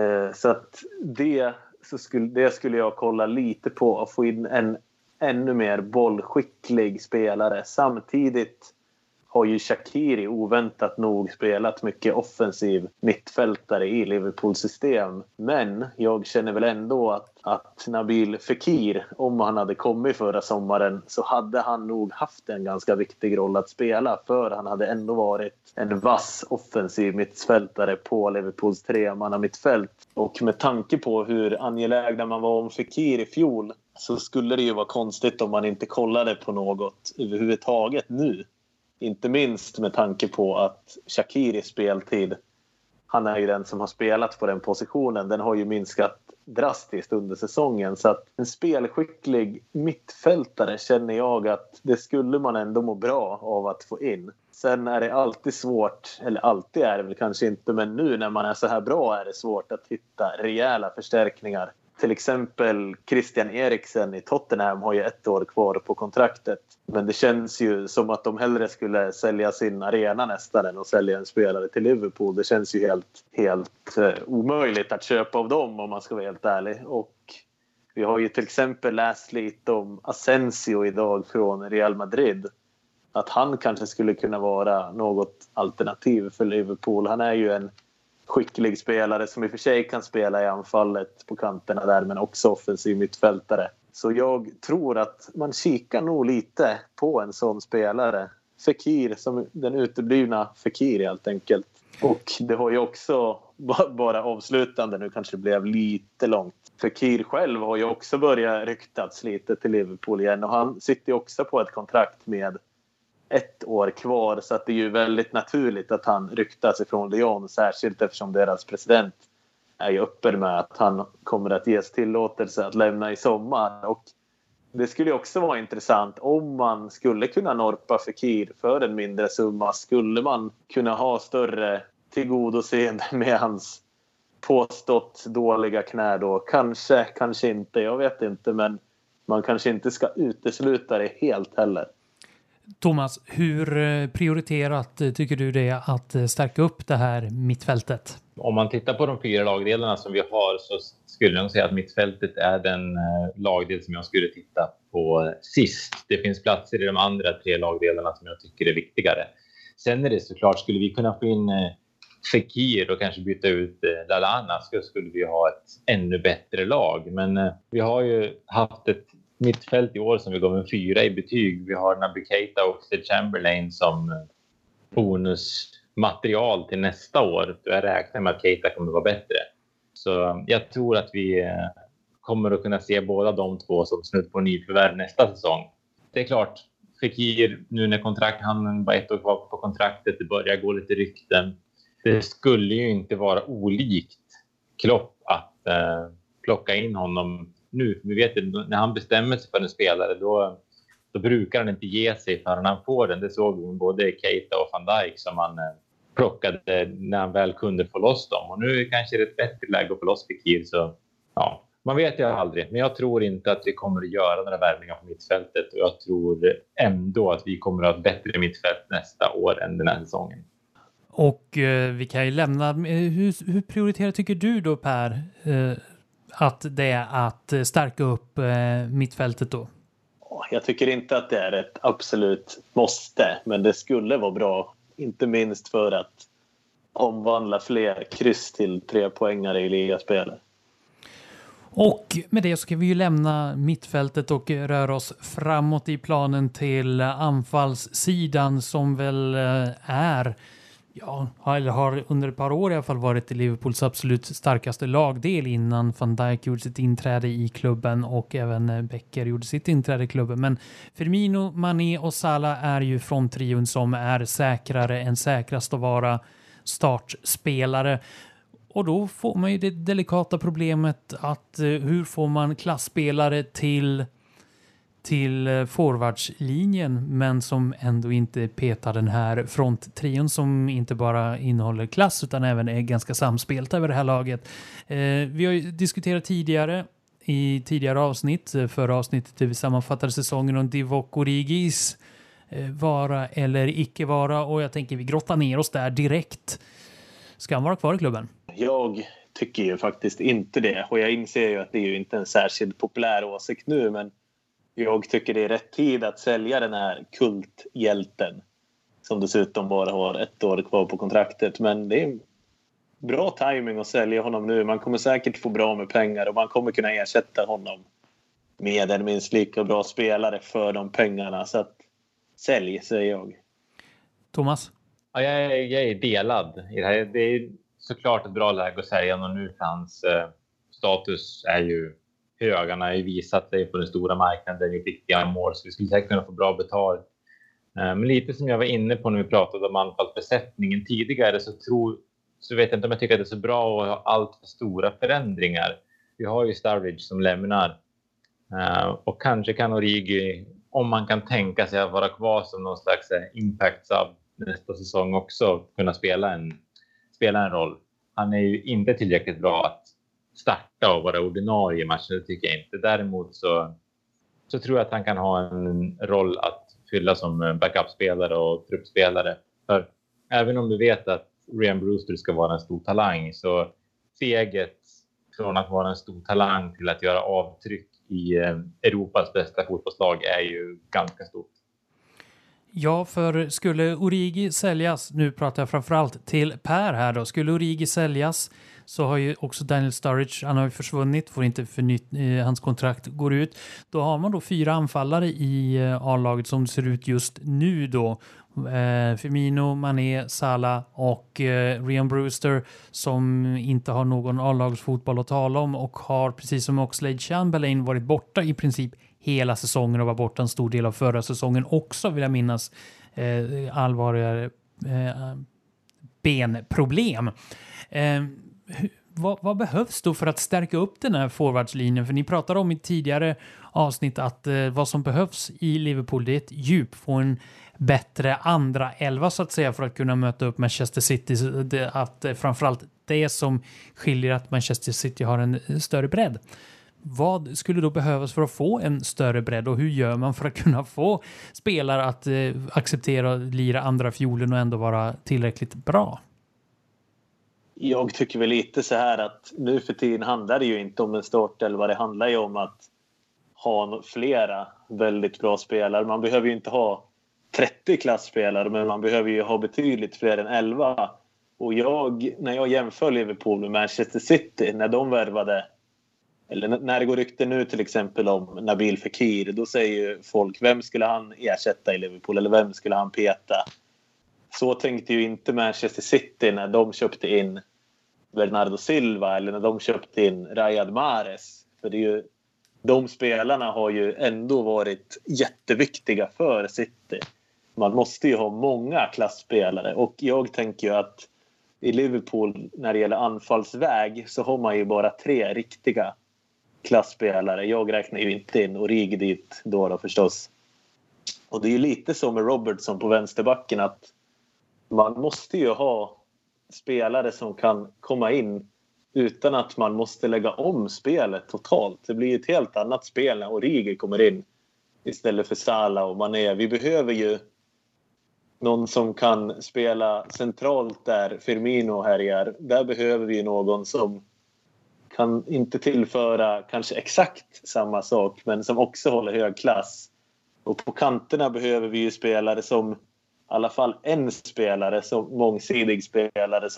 Så att det skulle jag kolla lite på att få in en ännu mer bollskicklig spelare. Samtidigt har ju Shaqiri oväntat nog spelat mycket offensiv mittfältare i Liverpools system. Men jag känner väl ändå att Nabil Fekir, om han hade kommit förra sommaren så hade han nog haft en ganska viktig roll att spela. För han hade ändå varit en vass offensiv mittfältare på Liverpools tremanna mittfält. Och med tanke på hur angelägna man var om Fekir i fjol så skulle det ju vara konstigt om man inte kollade på något överhuvudtaget nu. Inte minst med tanke på att Shakiris speltid, han är ju den som har spelat på den positionen, den har ju minskat drastiskt under säsongen. Så att en spelskicklig mittfältare känner jag att det skulle man ändå må bra av att få in. Sen är det alltid svårt, eller alltid är det väl kanske inte, men nu när man är så här bra är det svårt att hitta rejäla förstärkningar. Till exempel Christian Eriksen i Tottenham har ju 1 år kvar på kontraktet. Men det känns ju som att de hellre skulle sälja sin arena nästan än att sälja en spelare till Liverpool. Det känns ju helt omöjligt att köpa av dem om man ska vara helt ärlig. Och vi har ju till exempel läst lite om Asensio idag från Real Madrid. Att han kanske skulle kunna vara något alternativ för Liverpool. Han är ju en skicklig spelare som i och för sig kan spela i anfallet på kanterna där men också offensiv mittfältare. Så jag tror att man kikar nog lite på en sån spelare. Fekir, som den uteblivna Fekir helt enkelt. Och det har ju också, bara avslutande, nu kanske det blev lite långt. Fekir själv har ju också börjat ryktats lite till Liverpool igen. Och han sitter ju också på ett kontrakt med 1 år kvar, så att det är ju väldigt naturligt att han ryktas ifrån Lyon, särskilt eftersom deras president är ju öppen med att han kommer att ges tillåtelse att lämna i sommar. Och det skulle också vara intressant om man skulle kunna norpa Fekir för en mindre summa. Skulle man kunna ha större tillgodoseende med hans påstått dåliga knä då? Kanske inte, jag vet inte, men man kanske inte ska utesluta det helt heller. Thomas, hur prioriterat tycker du det är att stärka upp det här mittfältet? Om man tittar på de 4 lagdelarna som vi har så skulle jag säga att mittfältet är den lagdel som jag skulle titta på sist. Det finns platser i de andra 3 lagdelarna som jag tycker är viktigare. Sen är det såklart, skulle vi kunna få in Fekir och kanske byta ut Lallana så skulle vi ha ett ännu bättre lag. Men vi har ju haft ett mittfält i år som vi gav en 4 i betyg. Vi har Naby Keita och Oxlade Chamberlain som bonusmaterial till nästa år. Jag räknar med att Keita kommer att vara bättre. Så jag tror att vi kommer att kunna se båda de två som snudd på nyförvärv nästa säsong. Det är klart, Fekir nu när han var 1 år kvar på kontraktet, det börjar gå lite rykten. Det skulle ju inte vara olikt Klopp att plocka in honom nu. Vi vet ju, när han bestämmer sig för en spelare då brukar han inte ge sig förrän han får den. Det såg vi både Keita och Van Dijk som han plockade när han väl kunde få loss dem. Och nu kanske det är ett bättre läge att få loss Fekir, så ja, man vet ju aldrig. Men jag tror inte att vi kommer att göra några värvningar på mittfältet, och jag tror ändå att vi kommer att ha ett bättre mittfält nästa år än den här säsongen. Och vi kan ju lämna, hur prioriterar tycker du då Per att det är att stärka upp mittfältet då? jag tycker inte att det är ett absolut måste, men det skulle vara bra. Inte minst för att omvandla fler kryss till 3-poängare i ligaspelet. Och med det så ska vi ju lämna mittfältet och röra oss framåt i planen till anfallssidan som väl är, ja, eller har under ett par år i alla fall varit Liverpools absolut starkaste lagdel innan Van Dijk gjorde sitt inträde i klubben och även Becker gjorde sitt inträde i klubben. Men Firmino, Mané och Salah är ju från trion som är säkrare än säkrast att vara startspelare. Och då får man ju det delikata problemet att hur får man klassspelare till forwardslinjen men som ändå inte petar den här fronttrion som inte bara innehåller klass utan även är ganska samspelt över det här laget. Vi har ju diskuterat tidigare i tidigare avsnitt, förra avsnittet där vi sammanfattade säsongen om Divock Origis vara eller icke vara, och jag tänker vi grottar ner oss där direkt. Ska han vara kvar i klubben? Jag tycker ju faktiskt inte det, och jag inser ju att det är ju inte en särskilt populär åsikt nu, men jag tycker det är rätt tid att sälja den här kulthjälten som dessutom bara har 1 år kvar på kontraktet. Men det är bra timing att sälja honom nu. Man kommer säkert få bra med pengar och man kommer kunna ersätta honom med en minst lika bra spelare för de pengarna. Så att sälj, säger jag. Thomas? Ja, jag är delad i det här. Det är såklart ett bra läge att sälja honom nu för hans status är ju hög. Han har ju visat sig på den stora marknaden i viktiga mål, så vi skulle säkert kunna få bra betalt. Men lite som jag var inne på när vi pratade om anfallsbesättningen tidigare, så vet jag inte om jag tycker att det är så bra att ha allt för stora förändringar. Vi har ju Sturridge som lämnar. Och kanske kan Origi, om man kan tänka sig att vara kvar som någon slags impact sub nästa säsong också, kunna spela en roll. Han är ju inte tillräckligt bra att starta och vara ordinarie i matchen, det tycker jag inte. Däremot så tror jag att han kan ha en roll att fylla som backup-spelare och truppspelare. För även om du vet att Ryan Brewster ska vara en stor talang, så steget från att vara en stor talang till att göra avtryck i Europas bästa fotbollslag är ju ganska stort. Ja, för skulle Origi säljas, nu pratar jag framförallt till Per här då, skulle Origi säljas så har ju också Daniel Sturridge, han har ju försvunnit, får inte förnytt, hans kontrakt går ut. Då har man då 4 anfallare i A-laget som det ser ut just nu då. Firmino, Mané, Salah och Ryan Brewster som inte har någon A-lagsfotboll att tala om och har precis som Oxlade-Chamberlain varit borta i princip hela säsongen och var borta en stor del av förra säsongen också, vill jag minnas, allvarligare benproblem. Vad behövs då för att stärka upp den här forwardslinjen? För ni pratade om i tidigare avsnitt att vad som behövs i Liverpool, det är ett djup, få en bättre andra 11 så att säga för att kunna möta upp Manchester City. Att framförallt det som skiljer att Manchester City har en större bredd. Vad skulle då behövas för att få en större bredd och hur gör man för att kunna få spelare att acceptera att lira andra fiolen och ändå vara tillräckligt bra? Jag tycker väl lite så här att nu för tiden handlar det ju inte om en startelva, det handlar ju om att ha flera väldigt bra spelare. Man behöver ju inte ha 30 klassspelare, men man behöver ju ha betydligt fler än 11. Och när jag jämför Liverpool med Manchester City, när de värvade, eller när det går rykte nu till exempel om Nabil Fekir, då säger ju folk, vem skulle han ersätta i Liverpool eller vem skulle han peta? Så tänkte ju inte Manchester City när de köpte in Bernardo Silva eller när de köpte in Riyad Mahrez. För det är ju, de spelarna har ju ändå varit jätteviktiga för City. Man måste ju ha många klassspelare, och jag tänker ju att i Liverpool när det gäller anfallsväg så har man ju bara 3 riktiga klassspelare. Jag räknar ju inte in Origi dit då förstås. Och det är ju lite som med Robertson på vänsterbacken, att man måste ju ha spelare som kan komma in utan att man måste lägga om spelet totalt. Det blir ett helt annat spel när Origi kommer in istället för Salah och Mané. Vi behöver ju någon som kan spela centralt där Firmino härjar. Där behöver vi någon som kan inte tillföra kanske exakt samma sak, men som också håller hög klass. Och på kanterna behöver vi ju spelare som, i alla fall en spelare, som mångsidig spelare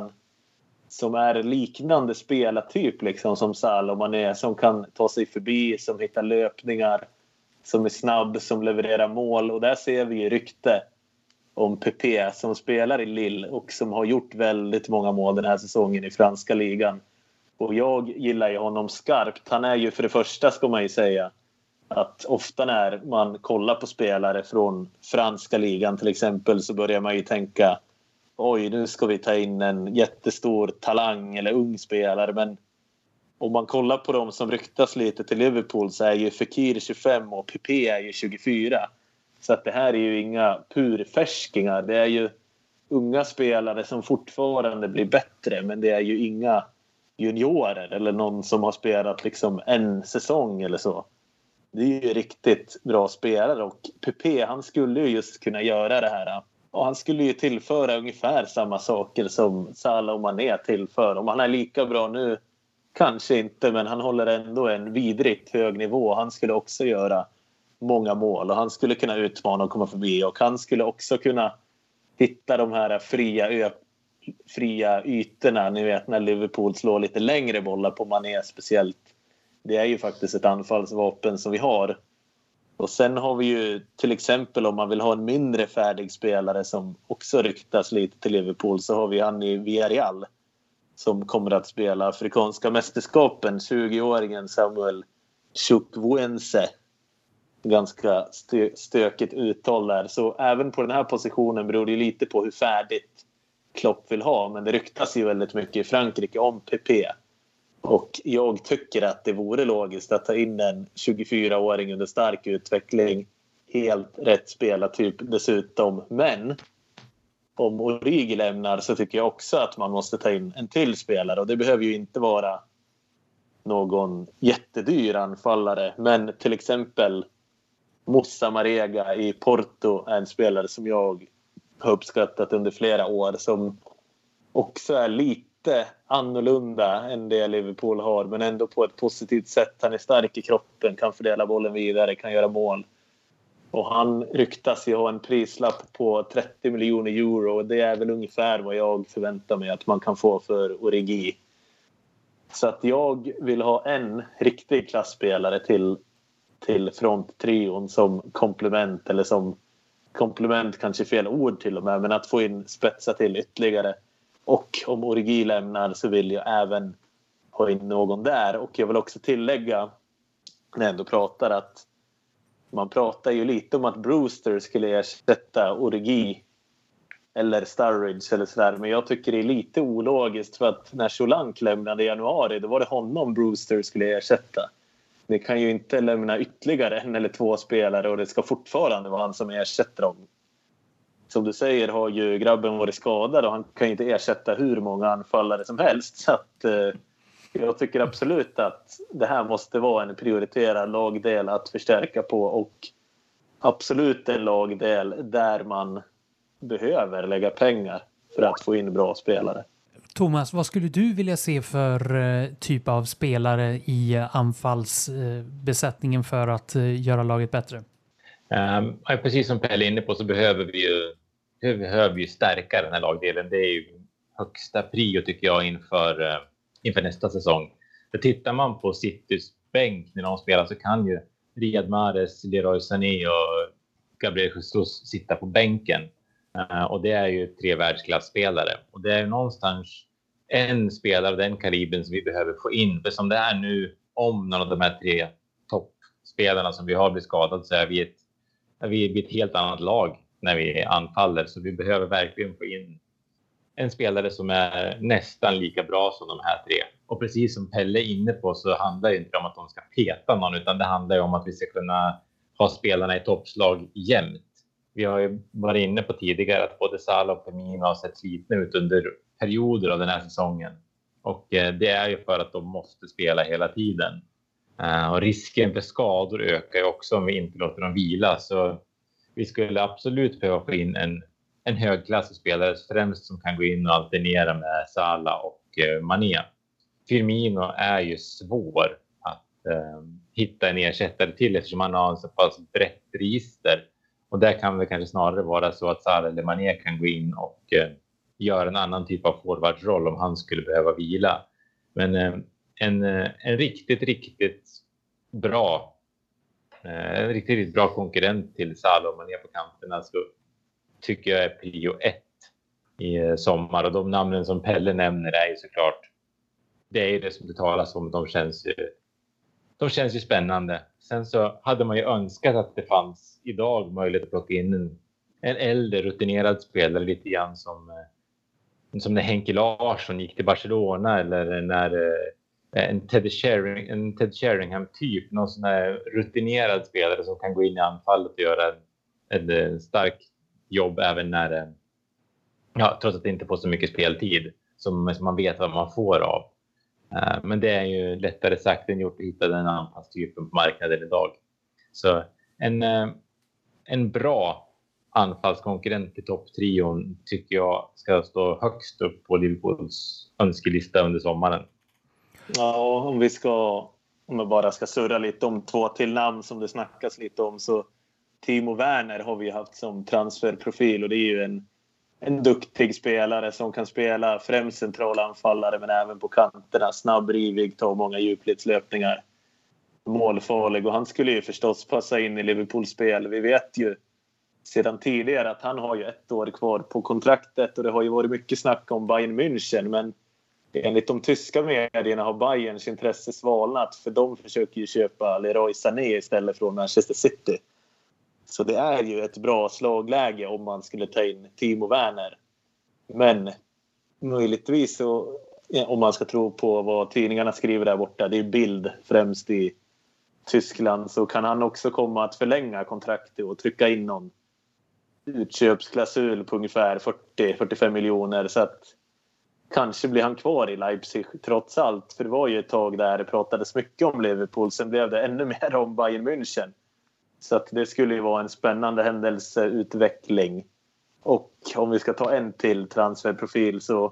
som är liknande spelartyp liksom, som Salah och Mané, som kan ta sig förbi, som hittar löpningar, som är snabb, som levererar mål. Och där ser vi ju rykte om Pepe som spelar i Lille och som har gjort väldigt många mål den här säsongen i franska ligan. Och jag gillar ju honom skarpt. Han är ju, för det första ska man ju säga, att ofta när man kollar på spelare från franska ligan till exempel, så börjar man ju tänka, oj, nu ska vi ta in en jättestor talang eller ung spelare. Men om man kollar på dem som ryktas lite till Liverpool, så är ju Fekir 25 och Pepe är ju 24. Så att det här är ju inga purfärskingar. Det är ju unga spelare som fortfarande blir bättre, men det är ju inga juniorer eller någon som har spelat liksom en säsong eller så. Det är ju riktigt bra spelare, och Pepe, han skulle ju just kunna göra det här. Och han skulle ju tillföra ungefär samma saker som Salah och Mané tillför. Om han är lika bra nu, kanske inte, men han håller ändå en vidrigt hög nivå. Han skulle också göra många mål och han skulle kunna utmana och komma förbi, och han skulle också kunna hitta de här fria ytorna. Ni vet när Liverpool slår lite längre bollar på Mané speciellt. Det är ju faktiskt ett anfallsvapen som vi har. Och sen har vi ju till exempel, om man vill ha en mindre färdig spelare som också ryktas lite till Liverpool, så har vi han i Villarreal som kommer att spela afrikanska mästerskapen, 20-åringen Samuel Chukwueze. Ganska stökigt uttal där. Så även på den här positionen beror det lite på hur färdigt Klopp vill ha. Men det ryktas ju väldigt mycket i Frankrike om Pepe. Och jag tycker att det vore logiskt att ta in en 24-åring under stark utveckling. Helt rätt spelartyp dessutom. Men om Origi lämnar, så tycker jag också att man måste ta in en till spelare. Och det behöver ju inte vara någon jättedyr anfallare. Men till exempel Moussa Marega i Porto är en spelare som jag har uppskattat under flera år, som också är lite annorlunda än det Liverpool har, men ändå på ett positivt sätt. Han är stark i kroppen, kan fördela bollen vidare, kan göra mål. Och han ryktas ju ha en prislapp på 30 miljoner euro, och det är väl ungefär vad jag förväntar mig att man kan få för Origi. Så att jag vill ha en riktig klassspelare till fronttrion som komplement, eller som komplement kanske fel ord till och med, men att få in spetsa till ytterligare. Och om Origi lämnar, så vill jag även ha in någon där. Och jag vill också tillägga, när jag ändå pratar, att man pratar ju lite om att Brewster skulle ersätta Origi eller Sturridge eller sådär, men jag tycker det är lite ologiskt, för att när Solanke lämnade i januari, då var det honom Brewster skulle ersätta. Det kan ju inte lämna ytterligare en eller två spelare, och det ska fortfarande vara han som ersätter dem. Som du säger har ju grabben varit skadad, och han kan ju inte ersätta hur många anfallare som helst. Så att, jag tycker absolut att det här måste vara en prioriterad lagdel att förstärka på, och absolut en lagdel där man behöver lägga pengar för att få in bra spelare. Thomas, vad skulle du vilja se för typ av spelare i anfallsbesättningen för att göra laget bättre? Precis som Pelle är inne på, så behöver vi ju stärka den här lagdelen. Det är ju högsta prio tycker jag inför nästa säsong. För tittar man på Citys bänk när de spelar, så kan ju Riyad Mahrez, Leroy Sané och Gabriel Jesus sitta på bänken. Och det är ju 3 världsklasspelare. Och det är ju någonstans en spelare av den kalibern som vi behöver få in. För som det är nu, om någon av de här 3 toppspelarna som vi har blivit skadad, så är vi ett helt annat lag när vi anfaller. Så vi behöver verkligen få in en spelare som är nästan lika bra som de här 3. Och precis som Pelle är inne på, så handlar det inte om att de ska peta någon, utan det handlar ju om att vi ska kunna ha spelarna i toppslag jämt. Vi har ju varit inne på tidigare att både Salah och Firmino har sett slitna ut under perioder av den här säsongen. Och det är ju för att de måste spela hela tiden. Och risken för skador ökar ju också om vi inte låter dem vila. Så vi skulle absolut behöva få in en högklassig spelare, främst som kan gå in och alternera med Salah och Mané. Firmino är ju svår att hitta en ersättare till eftersom han har en så pass brett register. Och där kan det kanske snarare vara så att Salah eller Mané kan gå in och göra en annan typ av forwardroll om han skulle behöva vila. Men en riktigt bra en riktigt bra konkurrent till Salah och Mané på kanterna så tycker jag är prio 1 i sommar. Och de namnen som Pelle nämner är ju såklart, det är ju det som det talas om. De känns ju spännande. Sen så hade man ju önskat att det fanns idag möjlighet att plocka in en äldre rutinerad spelare lite grann som när Henke Larsson gick till Barcelona eller när en Ted Sheringham typ, någon sån här rutinerad spelare som kan gå in i anfallet och göra en stark jobb även när trots att det inte får så mycket speltid som man vet vad man får av. Men det är ju lättare sagt än gjort att hitta den anfallstypen på marknaden idag. Så en bra anfallskonkurrent i topptrion tycker jag ska stå högst upp på Liverpools önskelista under sommaren. Ja, om jag bara ska surra lite om 2 till namn som det snackas lite om, så Timo Werner har vi haft som transferprofil, och det är ju en duktig spelare som kan spela främst centrala anfallare men även på kanterna, snabbrivig, tar många djupledslöpningar, målfarlig, och han skulle ju förstås passa in i Liverpools spel. Vi vet ju sedan tidigare att han har ju 1 år kvar på kontraktet, och det har ju varit mycket snack om Bayern München, men enligt de tyska medierna har Bayerns intresse svalnat, för de försöker ju köpa Leroy Sané istället från Manchester City. Så det är ju ett bra slagläge om man skulle ta in Timo Werner. Men möjligtvis så, om man ska tro på vad tidningarna skriver där borta, det är Bild främst i Tyskland, så kan han också komma att förlänga kontraktet och trycka in någon utköpsklausul på ungefär 40-45 miljoner, så att kanske blir han kvar i Leipzig trots allt. För det var ju ett tag där det pratades mycket om Liverpool, sen blev det ännu mer om Bayern München. Så att det skulle ju vara en spännande händelseutveckling. Och om vi ska ta en till transferprofil så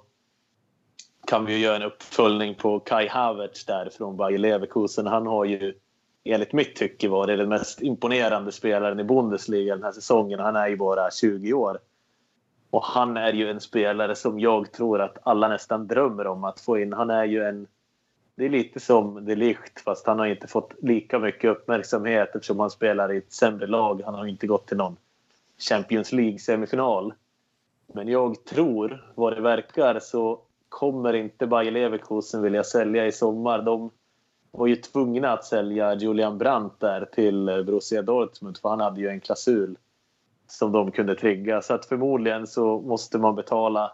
kan vi ju göra en uppföljning på Kai Havertz där från Bayer Leverkusen. Han har ju enligt mitt tycke varit den mest imponerande spelaren i Bundesliga den här säsongen. Han är ju bara 20 år. Och han är ju en spelare som jag tror att alla nästan drömmer om att få in. Han är ju det är lite som De Ligt, fast han har inte fått lika mycket uppmärksamhet eftersom han spelar i ett sämre lag. Han har inte gått till någon Champions League-semifinal. Men jag tror, vad det verkar, så kommer inte Bayer Leverkusen vilja sälja i sommar. De var ju tvungna att sälja Julian Brandt där till Borussia Dortmund, för han hade ju en klausul som de kunde trigga. Så att förmodligen så måste man betala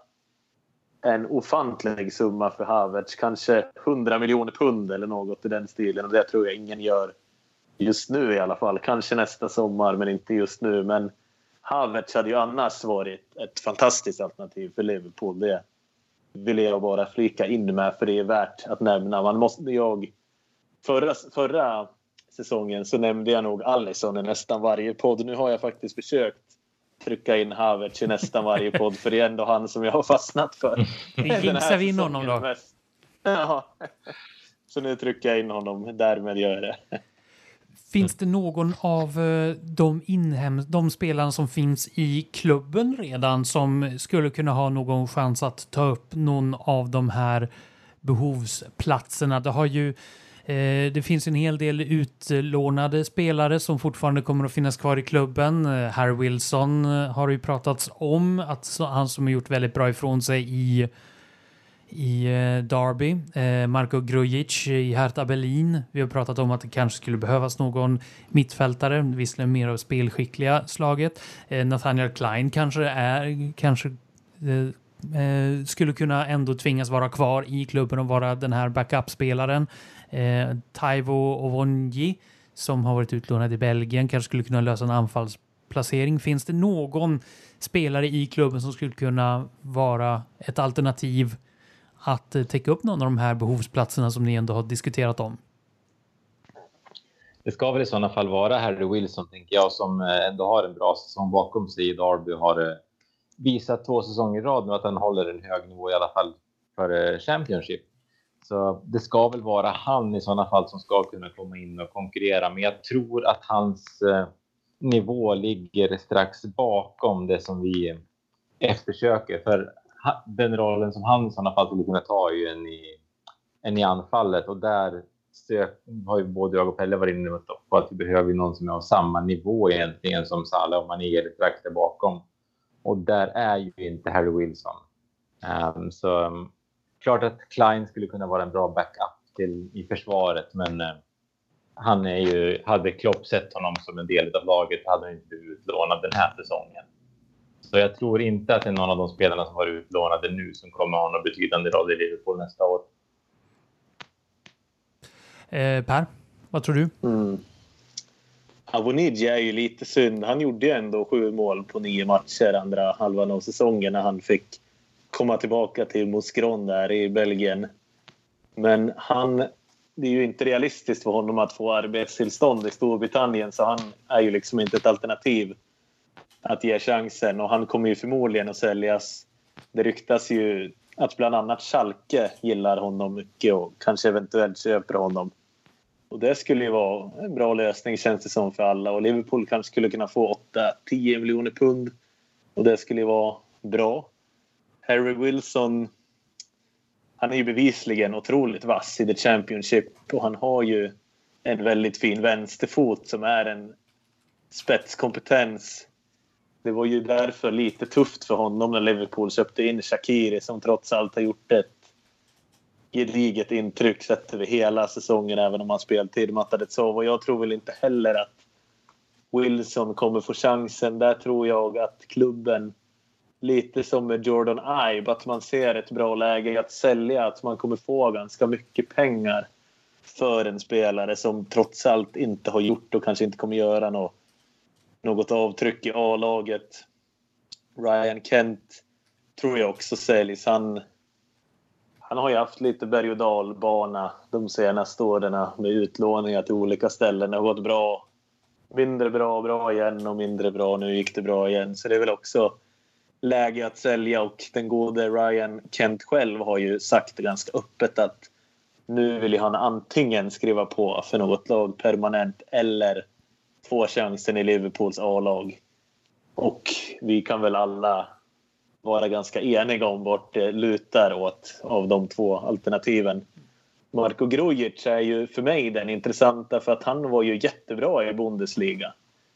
en ofantlig summa för Havertz. Kanske 100 miljoner pund eller något i den stilen. Och det tror jag ingen gör just nu i alla fall. Kanske nästa sommar, men inte just nu. Men Havertz hade ju annars varit ett fantastiskt alternativ för Liverpool. Det vill jag bara flika in med, för det är värt att nämna. Förra säsongen så nämnde jag nog Alisson i nästan varje podd. Nu har jag faktiskt försökt trycka in Havertz i nästan varje podd, för det är ändå han som jag har fastnat för. Vi jinxar vi in honom då. Ja. Så nu trycker jag in honom, därmed gör jag det. Finns det någon av de spelarna som finns i klubben redan som skulle kunna ha någon chans att ta upp någon av de här behovsplatserna? Det finns en hel del utlånade spelare som fortfarande kommer att finnas kvar i klubben. Harry Wilson har ju pratats om, att han som har gjort väldigt bra ifrån sig i Derby. Marko Grujic i Hertha Berlin. Vi har pratat om att det kanske skulle behövas någon mittfältare, visserligen mer av spelskickliga slaget. Nathaniel Klein kanske skulle kunna ändå tvingas vara kvar i klubben och vara den här backup-spelaren. Taivo Ovonji som har varit utlånad i Belgien kanske skulle kunna lösa en anfallsplacering. Finns det någon spelare i klubben som skulle kunna vara ett alternativ att täcka upp någon av de här behovsplatserna som ni ändå har diskuterat om? Det ska väl i sådana fall vara Harry Wilson, tänker jag, som ändå har en bra säsong bakom sig i Derby, har visat 2 säsonger i rad nu att han håller en hög nivå i alla fall för Championship. Så det ska väl vara han i sådana fall som ska kunna komma in och konkurrera. Men jag tror att hans nivå ligger strax bakom det som vi eftersöker. För den rollen som han i sådana fall skulle kunna ta är ju en i anfallet. Och där har ju både jag och Pelle varit inne på att vi behöver någon som är av samma nivå egentligen som Salah och Mané är strax där bakom. Och där är ju inte Harry Wilson. Så klart att Klein skulle kunna vara en bra backup i försvaret, men han hade Klopp sett honom som en del av laget hade han inte blivit utlånad den här säsongen. Så jag tror inte att det är någon av de spelarna som var utlånade nu som kommer ha någon betydande roll i Liverpool nästa år. Per, vad tror du? Avoniji är ju lite synd. Han gjorde ju ändå 7 mål på 9 matcher andra halvan av säsongen när han fick komma tillbaka till Mouscron där i Belgien. Men det är ju inte realistiskt för honom att få arbetstillstånd i Storbritannien, så han är ju liksom inte ett alternativ att ge chansen, och han kommer ju förmodligen att säljas. Det ryktas ju att bland annat Schalke gillar honom mycket och kanske eventuellt köper honom. Och det skulle ju vara en bra lösning, känns det som, för alla. Och Liverpool kanske skulle kunna få 8-10 miljoner pund. Och det skulle ju vara bra. Harry Wilson, han är ju bevisligen otroligt vass i The Championship. Och han har ju en väldigt fin vänsterfot som är en spetskompetens. Det var ju därför lite tufft för honom när Liverpool köpte in Shaqiri, som trots allt har gjort ett gediget intryck sett över hela säsongen, även om han speltid mattades av. Och jag tror väl inte heller att Wilson kommer få chansen. Där tror jag att klubben, lite som med Jordan Ibe, att man ser ett bra läge att sälja, att man kommer få ganska mycket pengar för en spelare som trots allt inte har gjort och kanske inte kommer göra något avtryck i A-laget. Ryan Kent tror jag också säljs. Han har ju haft lite berg- och dalbana de senaste åren med utlåningar till olika ställen. Det har gått bra, mindre bra, bra igen och mindre bra. Nu gick det bra igen. Så det är väl också läge att sälja. Och den gode Ryan Kent själv har ju sagt ganska öppet att nu vill han antingen skriva på för något lag permanent eller få chansen i Liverpools A-lag. Och vi kan väl alla vara ganska eniga om vart det lutar åt av de två alternativen. Marko Grujic är ju för mig den intressanta, för att han var ju jättebra i Bundesliga.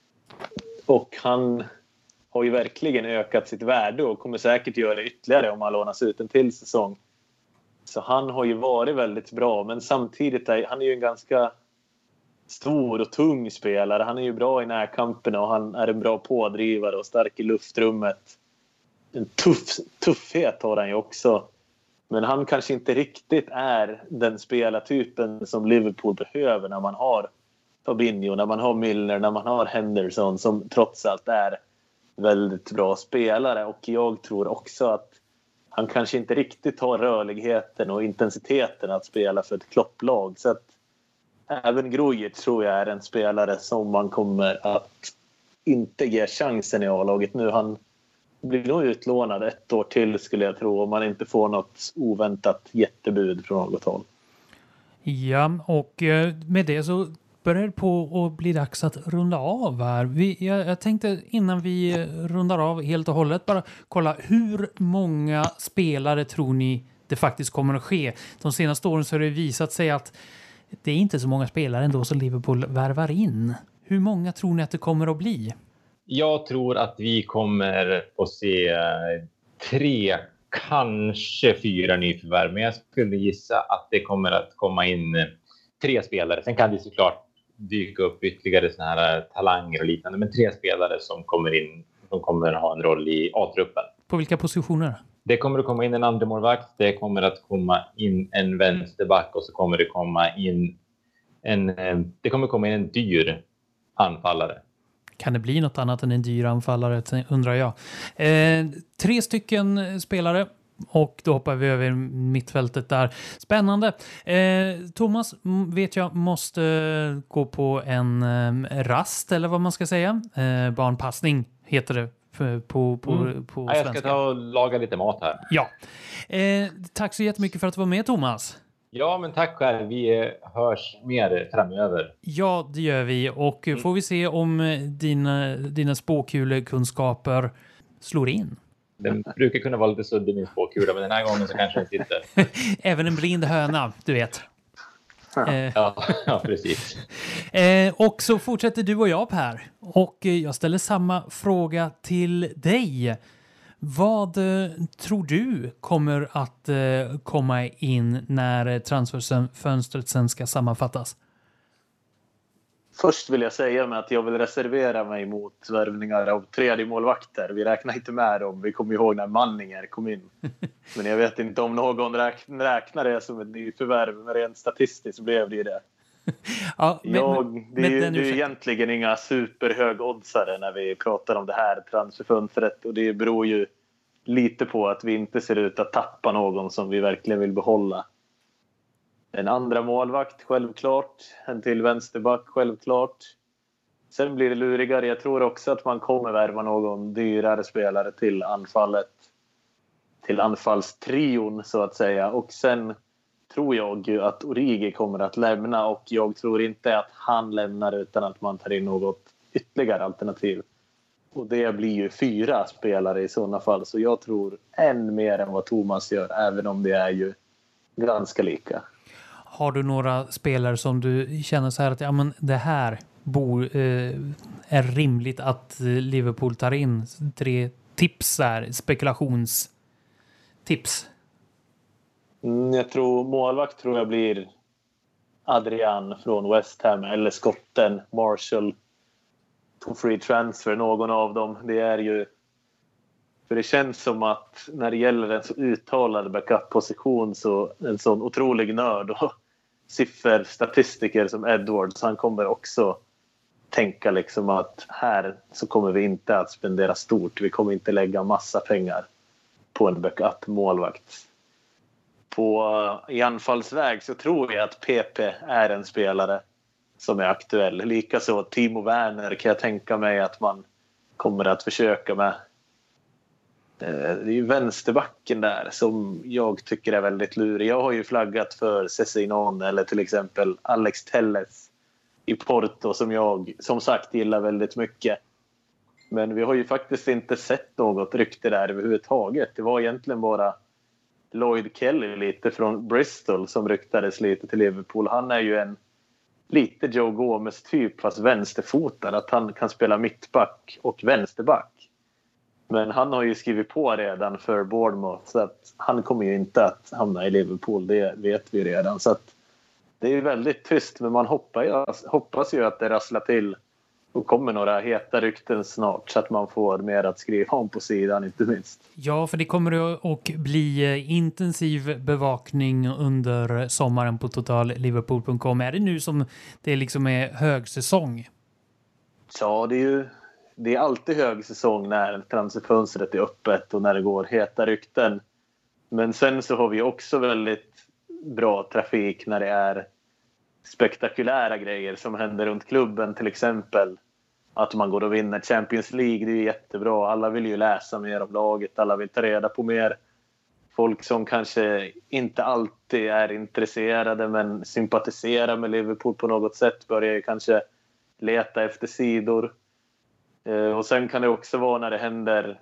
Och han har ju verkligen ökat sitt värde och kommer säkert göra det ytterligare om han lånas ut en till säsong. Så han har ju varit väldigt bra, men samtidigt han är ju en ganska stor och tung spelare. Han är ju bra i närkampen och han är en bra pådrivare och stark i luftrummet. En tuffhet har han ju också. Men han kanske inte riktigt är den spelartypen som Liverpool behöver när man har Fabinho, när man har Milner, när man har Henderson, som trots allt är väldigt bra spelare. Och jag tror också att han kanske inte riktigt har rörligheten och intensiteten att spela för ett klopplag. Så att även Grujic tror jag är en spelare som man kommer att inte ge chansen i A-laget nu. Han blir nog utlånad 1 år till, skulle jag tro, om man inte får något oväntat jättebud från något håll. Ja, och med det så börjar det på att bli dags att runda av här. Jag tänkte innan vi rundar av helt och hållet bara kolla, hur många spelare tror ni det faktiskt kommer att ske? De senaste åren så har det visat sig att det är inte så många spelare ändå som Liverpool värvar in. Hur många tror ni att det kommer att bli? Jag tror att vi kommer att se 3, kanske 4 nyförvärv. Men jag skulle gissa att det kommer att komma in 3 spelare. Sen kan det såklart dyka upp ytterligare såna här talanger och liknande. Men 3 spelare som kommer in, som kommer att ha en roll i A-truppen. På vilka positioner? Det kommer att komma in en andra målvakt. Det kommer att komma in en vänsterback. Och så kommer det komma in en dyr anfallare. Kan det bli något annat än en dyr anfallare, undrar jag. 3 stycken spelare. Och då hoppar vi över mittfältet där. Spännande. Thomas, vet jag, måste gå på en rast, eller vad man ska säga. Barnpassning heter det på svenska. Jag ska ta och laga lite mat här. Ja. Tack så jättemycket för att du var med, Thomas. Ja, men tack själv. Vi hörs mer framöver. Ja, det gör vi. Och får vi se om dina spåkulekunskaper slår in. Den brukar kunna vara lite suddig min spåkula, men den här gången så kanske den sitter. Även en blind höna, du vet. Ja, precis. Och så fortsätter du och jag, Per. Och jag ställer samma fråga till dig. Vad tror du kommer att komma in när transferfönstret sen ska sammanfattas? Först vill jag säga med att jag vill reservera mig mot värvningar av tredje målvakter. Vi räknar inte med dem. Vi kommer ihåg när Manninger kom in. Men jag vet inte om någon räknar det som ett nyförvärv. Men rent statistiskt blev det ju det. Ja, det är ju egentligen inga superhögoddsare när vi pratar om det här transferfönstret. Och det beror ju lite på att vi inte ser ut att tappa någon som vi verkligen vill behålla. En andra målvakt, självklart. En till vänsterback, självklart. Sen blir det lurigare. Jag tror också att man kommer värva någon dyrare spelare till anfallet. Till anfallstrion, så att säga. Och sen tror jag ju att Origi kommer att lämna. Och jag tror inte att han lämnar utan att man tar in något ytterligare alternativ. Och det blir ju 4 spelare i sådana fall. Så jag tror än mer än vad Thomas gör. Även om det är ju ganska lika. Har du några spelare som du känner så här att ja, men det här är rimligt att Liverpool tar in? 3 tips här, spekulationstips. Jag tror målvakt tror jag blir Adrian från West Ham eller skotten Marshall på free transfer, någon av dem. Det är ju, för det känns som att när det gäller en så uttalad backup-position så en sån otrolig nörd och sifferstatistiker som Edwards, han kommer också tänka liksom att här så kommer vi inte att spendera stort. Vi kommer inte lägga massa pengar på en backup-målvakt. I anfallsväg så tror jag att PP är en spelare som är aktuell. Likaså Timo Werner kan jag tänka mig att man kommer att försöka med. Det är ju vänsterbacken där som jag tycker är väldigt lurig. Jag har ju flaggat för Cessinon eller till exempel Alex Telles i Porto som jag som sagt gillar väldigt mycket. Men vi har ju faktiskt inte sett något rykte där överhuvudtaget. Det var egentligen bara Lloyd Kelly lite från Bristol som ryktades lite till Liverpool. Han är ju en lite Joe Gomez typ fast vänsterfotad. Att han kan spela mittback och vänsterback. Men han har ju skrivit på redan för Bournemouth så att han kommer ju inte att hamna i Liverpool, det vet vi redan. Så att det är ju väldigt tyst, men man hoppas ju att det rasslar till och kommer några heta rykten snart så att man får mer att skriva om på sidan, inte minst. Ja, för det kommer att bli intensiv bevakning under sommaren på totalliverpool.com. Är det nu som det liksom är högsäsong? Ja, det är alltid högsäsong när transferfönstret är öppet och när det går heta rykten. Men sen så har vi också väldigt bra trafik när det är spektakulära grejer som händer runt klubben. Till exempel att man går och vinner Champions League, det är jättebra. Alla vill ju läsa mer om laget, alla vill ta reda på mer. Folk som kanske inte alltid är intresserade men sympatiserar med Liverpool på något sätt börjar ju kanske leta efter sidor. Och sen kan det också vara när det händer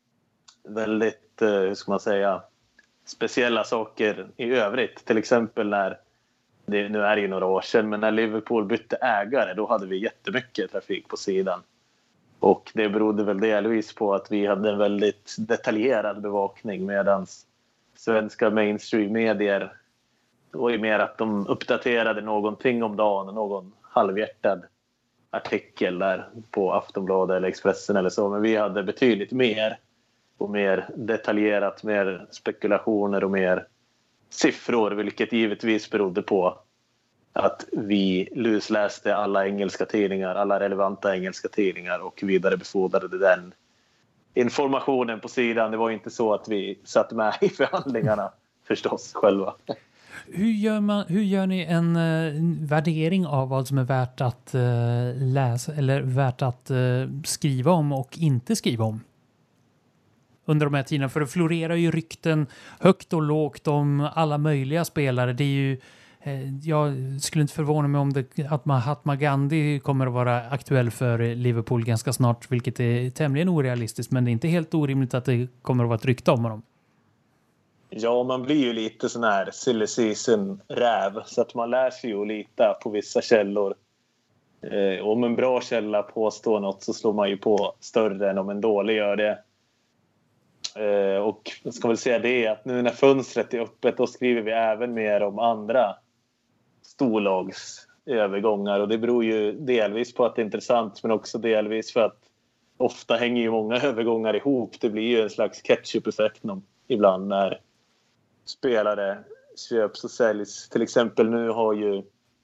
väldigt, hur ska man säga, speciella saker i övrigt. Till exempel när, nu är det ju några år sedan, men när Liverpool bytte ägare, då hade vi jättemycket trafik på sidan. Och det berodde väl delvis på att vi hade en väldigt detaljerad bevakning medan svenska mainstream-medier var ju mer att de uppdaterade någonting om dagen, någon halvhjärtad artikel där på Aftonbladet eller Expressen eller så. Men vi hade betydligt mer och mer detaljerat, mer spekulationer och mer siffror, vilket givetvis berodde på att vi lusläste alla engelska tidningar, alla relevanta engelska tidningar och vidarebefordrade den informationen på sidan. Det var inte så att vi satt med i förhandlingarna förstås själva. Hur gör ni en värdering av vad som är värt att läsa eller värt att skriva om och inte skriva om under de här tiderna. För det florerar ju rykten högt och lågt om alla möjliga spelare. Det är ju, jag skulle inte förvåna mig om att Mahatma Gandhi kommer att vara aktuell för Liverpool ganska snart, vilket är tämligen orealistiskt, men det är inte helt orimligt att det kommer att vara ett rykte om honom. Ja, man blir ju lite sån här silly season-räv, så att man lär sig ju att lita på vissa källor. Om en bra källa påstår något så slår man ju på större än om en dålig gör det. Och jag ska väl säga det att nu när fönstret är öppet, då skriver vi även mer om andra storlags övergångar, och det beror ju delvis på att det är intressant, men också delvis för att ofta hänger ju många övergångar ihop. Det blir ju en slags ketchup-effekt ibland när spelare köps och säljs. Till exempel nu har ju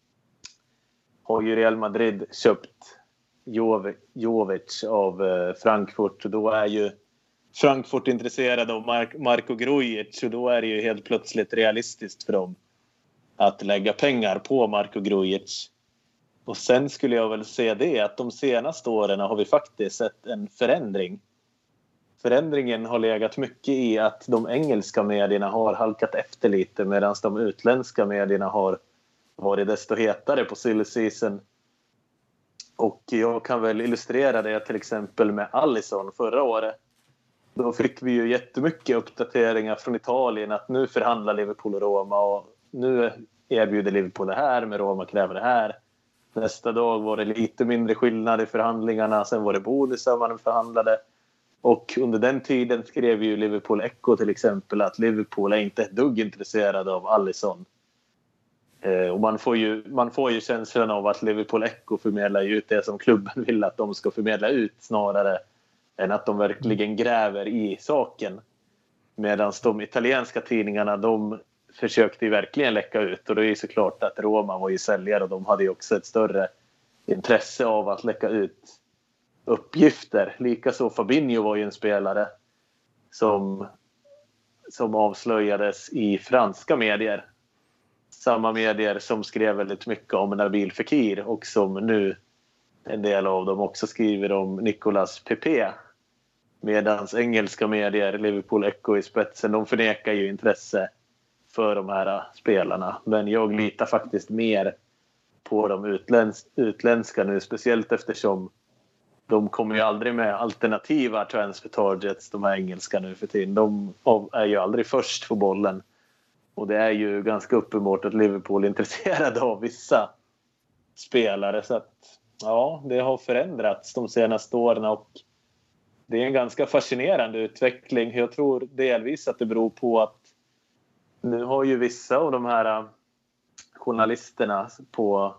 Real Madrid köpt Jovic av Frankfurt, och då är ju Frankfurt intresserade av Marko Grujic, och då är det ju helt plötsligt realistiskt för dem att lägga pengar på Marko Grujic. Och sen skulle jag väl säga det att de senaste åren har vi faktiskt sett en förändring. Förändringen har legat mycket i att de engelska medierna har halkat efter lite, medan de utländska medierna har varit desto hetare på silly season. Och jag kan väl illustrera det till exempel med Alisson förra året. Då fick vi ju jättemycket uppdateringar från Italien att nu förhandlar Liverpool och Roma, och nu erbjuder Liverpool det här, men Roma kräver det här. Nästa dag var det lite mindre skillnad i förhandlingarna, sen var det bonusar man förhandlade. Och under den tiden skrev ju Liverpool Echo till exempel att Liverpool är inte ett dugg intresserad av Alisson. Och man får ju känslan av att Liverpool Echo förmedlar ut det som klubben vill att de ska förmedla ut, snarare än att de verkligen gräver i saken. Medan de italienska tidningarna, de försökte ju verkligen läcka ut. Och det är ju såklart att Roma var ju säljare, och de hade ju också ett större intresse av att läcka ut uppgifter. Likaså Fabinho var ju en spelare som avslöjades i franska medier. Samma medier som skrev väldigt mycket om Nabil Fekir, och som nu en del av dem också skriver om Nicolas Pepe. Medans engelska medier, Liverpool Echo i spetsen, de förnekar ju intresse för de här spelarna. Men jag litar faktiskt mer på de utländska nu, speciellt eftersom de kommer ju aldrig med alternativa transfer targets, de här engelska nu för tiden. De är ju aldrig först på bollen. Och det är ju ganska uppenbart att Liverpool är intresserade av vissa spelare. Så att, ja, det har förändrats de senaste åren, och det är en ganska fascinerande utveckling. Jag tror delvis att det beror på att nu har ju vissa av de här journalisterna på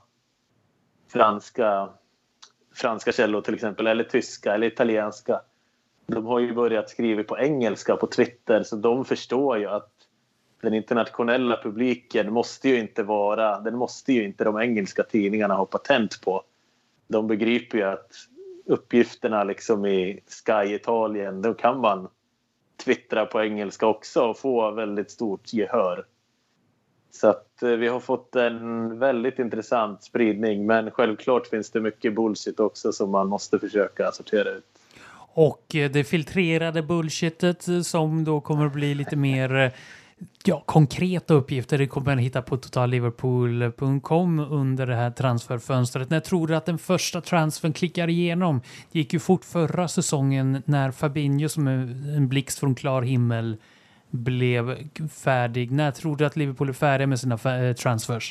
franska källor till exempel, eller tyska eller italienska, de har ju börjat skriva på engelska på Twitter, så de förstår ju att den internationella publiken måste ju inte de engelska tidningarna ha patent på. De begriper ju att uppgifterna liksom i Sky Italien, då kan man twittra på engelska också och få väldigt stort gehör. Så att vi har fått en väldigt intressant spridning, men självklart finns det mycket bullshit också som man måste försöka sortera ut. Och det filtrerade bullshitet som då kommer att bli lite mer konkreta uppgifter, det kommer man hitta på totalliverpool.com under det här transferfönstret. När jag tror att den första transfern klickar igenom, det gick ju fort förra säsongen när Fabinho som en blixt från klar himmel blev färdig. När tror du att Liverpool är färdiga med sina transfers?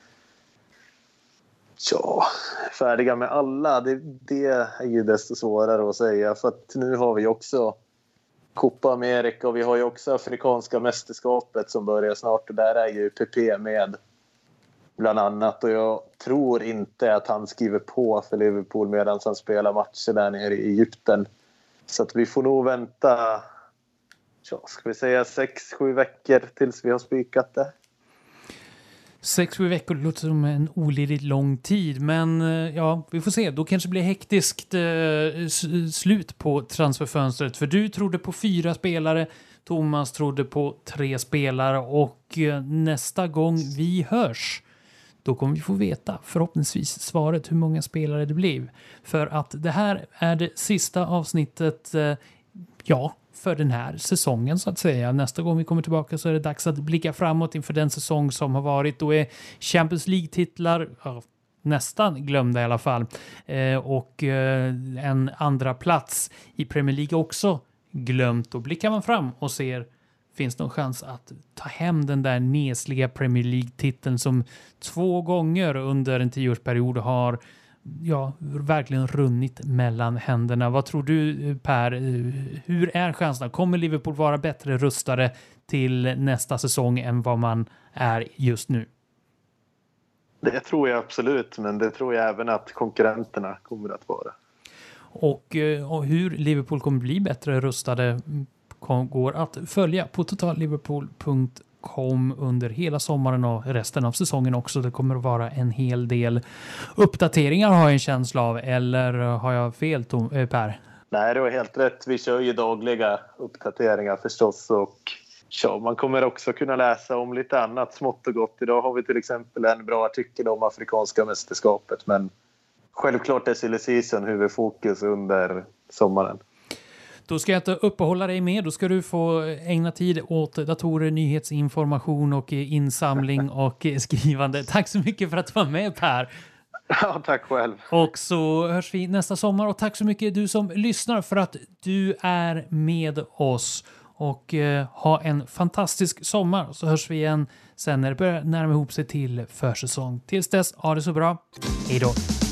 Ja, färdiga med alla, det är ju desto svårare att säga, för att nu har vi också Copa America och vi har ju också afrikanska mästerskapet som börjar snart, och där är ju PP med bland annat, och jag tror inte att han skriver på för Liverpool medan han spelar matcher där nere i Egypten, så att vi får nog vänta, ska vi säga 6-7 veckor tills vi har spikat det. 6-7 veckor låter som en olidligt lång tid, men ja, vi får se. Då kanske det blir hektiskt slut på transferfönstret. För du trodde på 4 spelare, Thomas trodde på 3 spelare, och nästa gång vi hörs, då kommer vi få veta förhoppningsvis svaret hur många spelare det blir. För att det här är det sista avsnittet, för den här säsongen så att säga. Nästa gång vi kommer tillbaka så är det dags att blicka framåt inför den säsong som har varit. Då är Champions League-titlar nästan glömda i alla fall. Och en andra plats i Premier League också glömt. Då blickar man fram och ser, finns det någon chans att ta hem den där nesliga Premier League-titeln som 2 gånger under en 10-årsperiod har verkligen runnit mellan händerna. Vad tror du, Per? Hur är chanserna? Kommer Liverpool vara bättre rustade till nästa säsong än vad man är just nu? Det tror jag absolut, men det tror jag även att konkurrenterna kommer att vara. Och hur Liverpool kommer bli bättre rustade går att följa på totalliverpool.com under hela sommaren och resten av säsongen också. Det kommer att vara en hel del uppdateringar har jag en känsla av. Eller har jag fel, Per? Nej, det var helt rätt. Vi kör ju dagliga uppdateringar förstås och man kommer också kunna läsa om lite annat smått och gott. Idag har vi till exempel en bra artikel om afrikanska mästerskapet, men självklart är silly season huvudfokus under sommaren. Då ska jag inte uppehålla dig med. Då ska du få ägna tid åt datorer, nyhetsinformation och insamling och skrivande. Tack så mycket för att du var med, Per. Ja, tack själv. Och så hörs vi nästa sommar. Och tack så mycket du som lyssnar för att du är med oss. Och ha en fantastisk sommar. Så hörs vi igen sen när det börjar närma ihop sig till försäsong. Tills dess, ha det så bra. Hej då.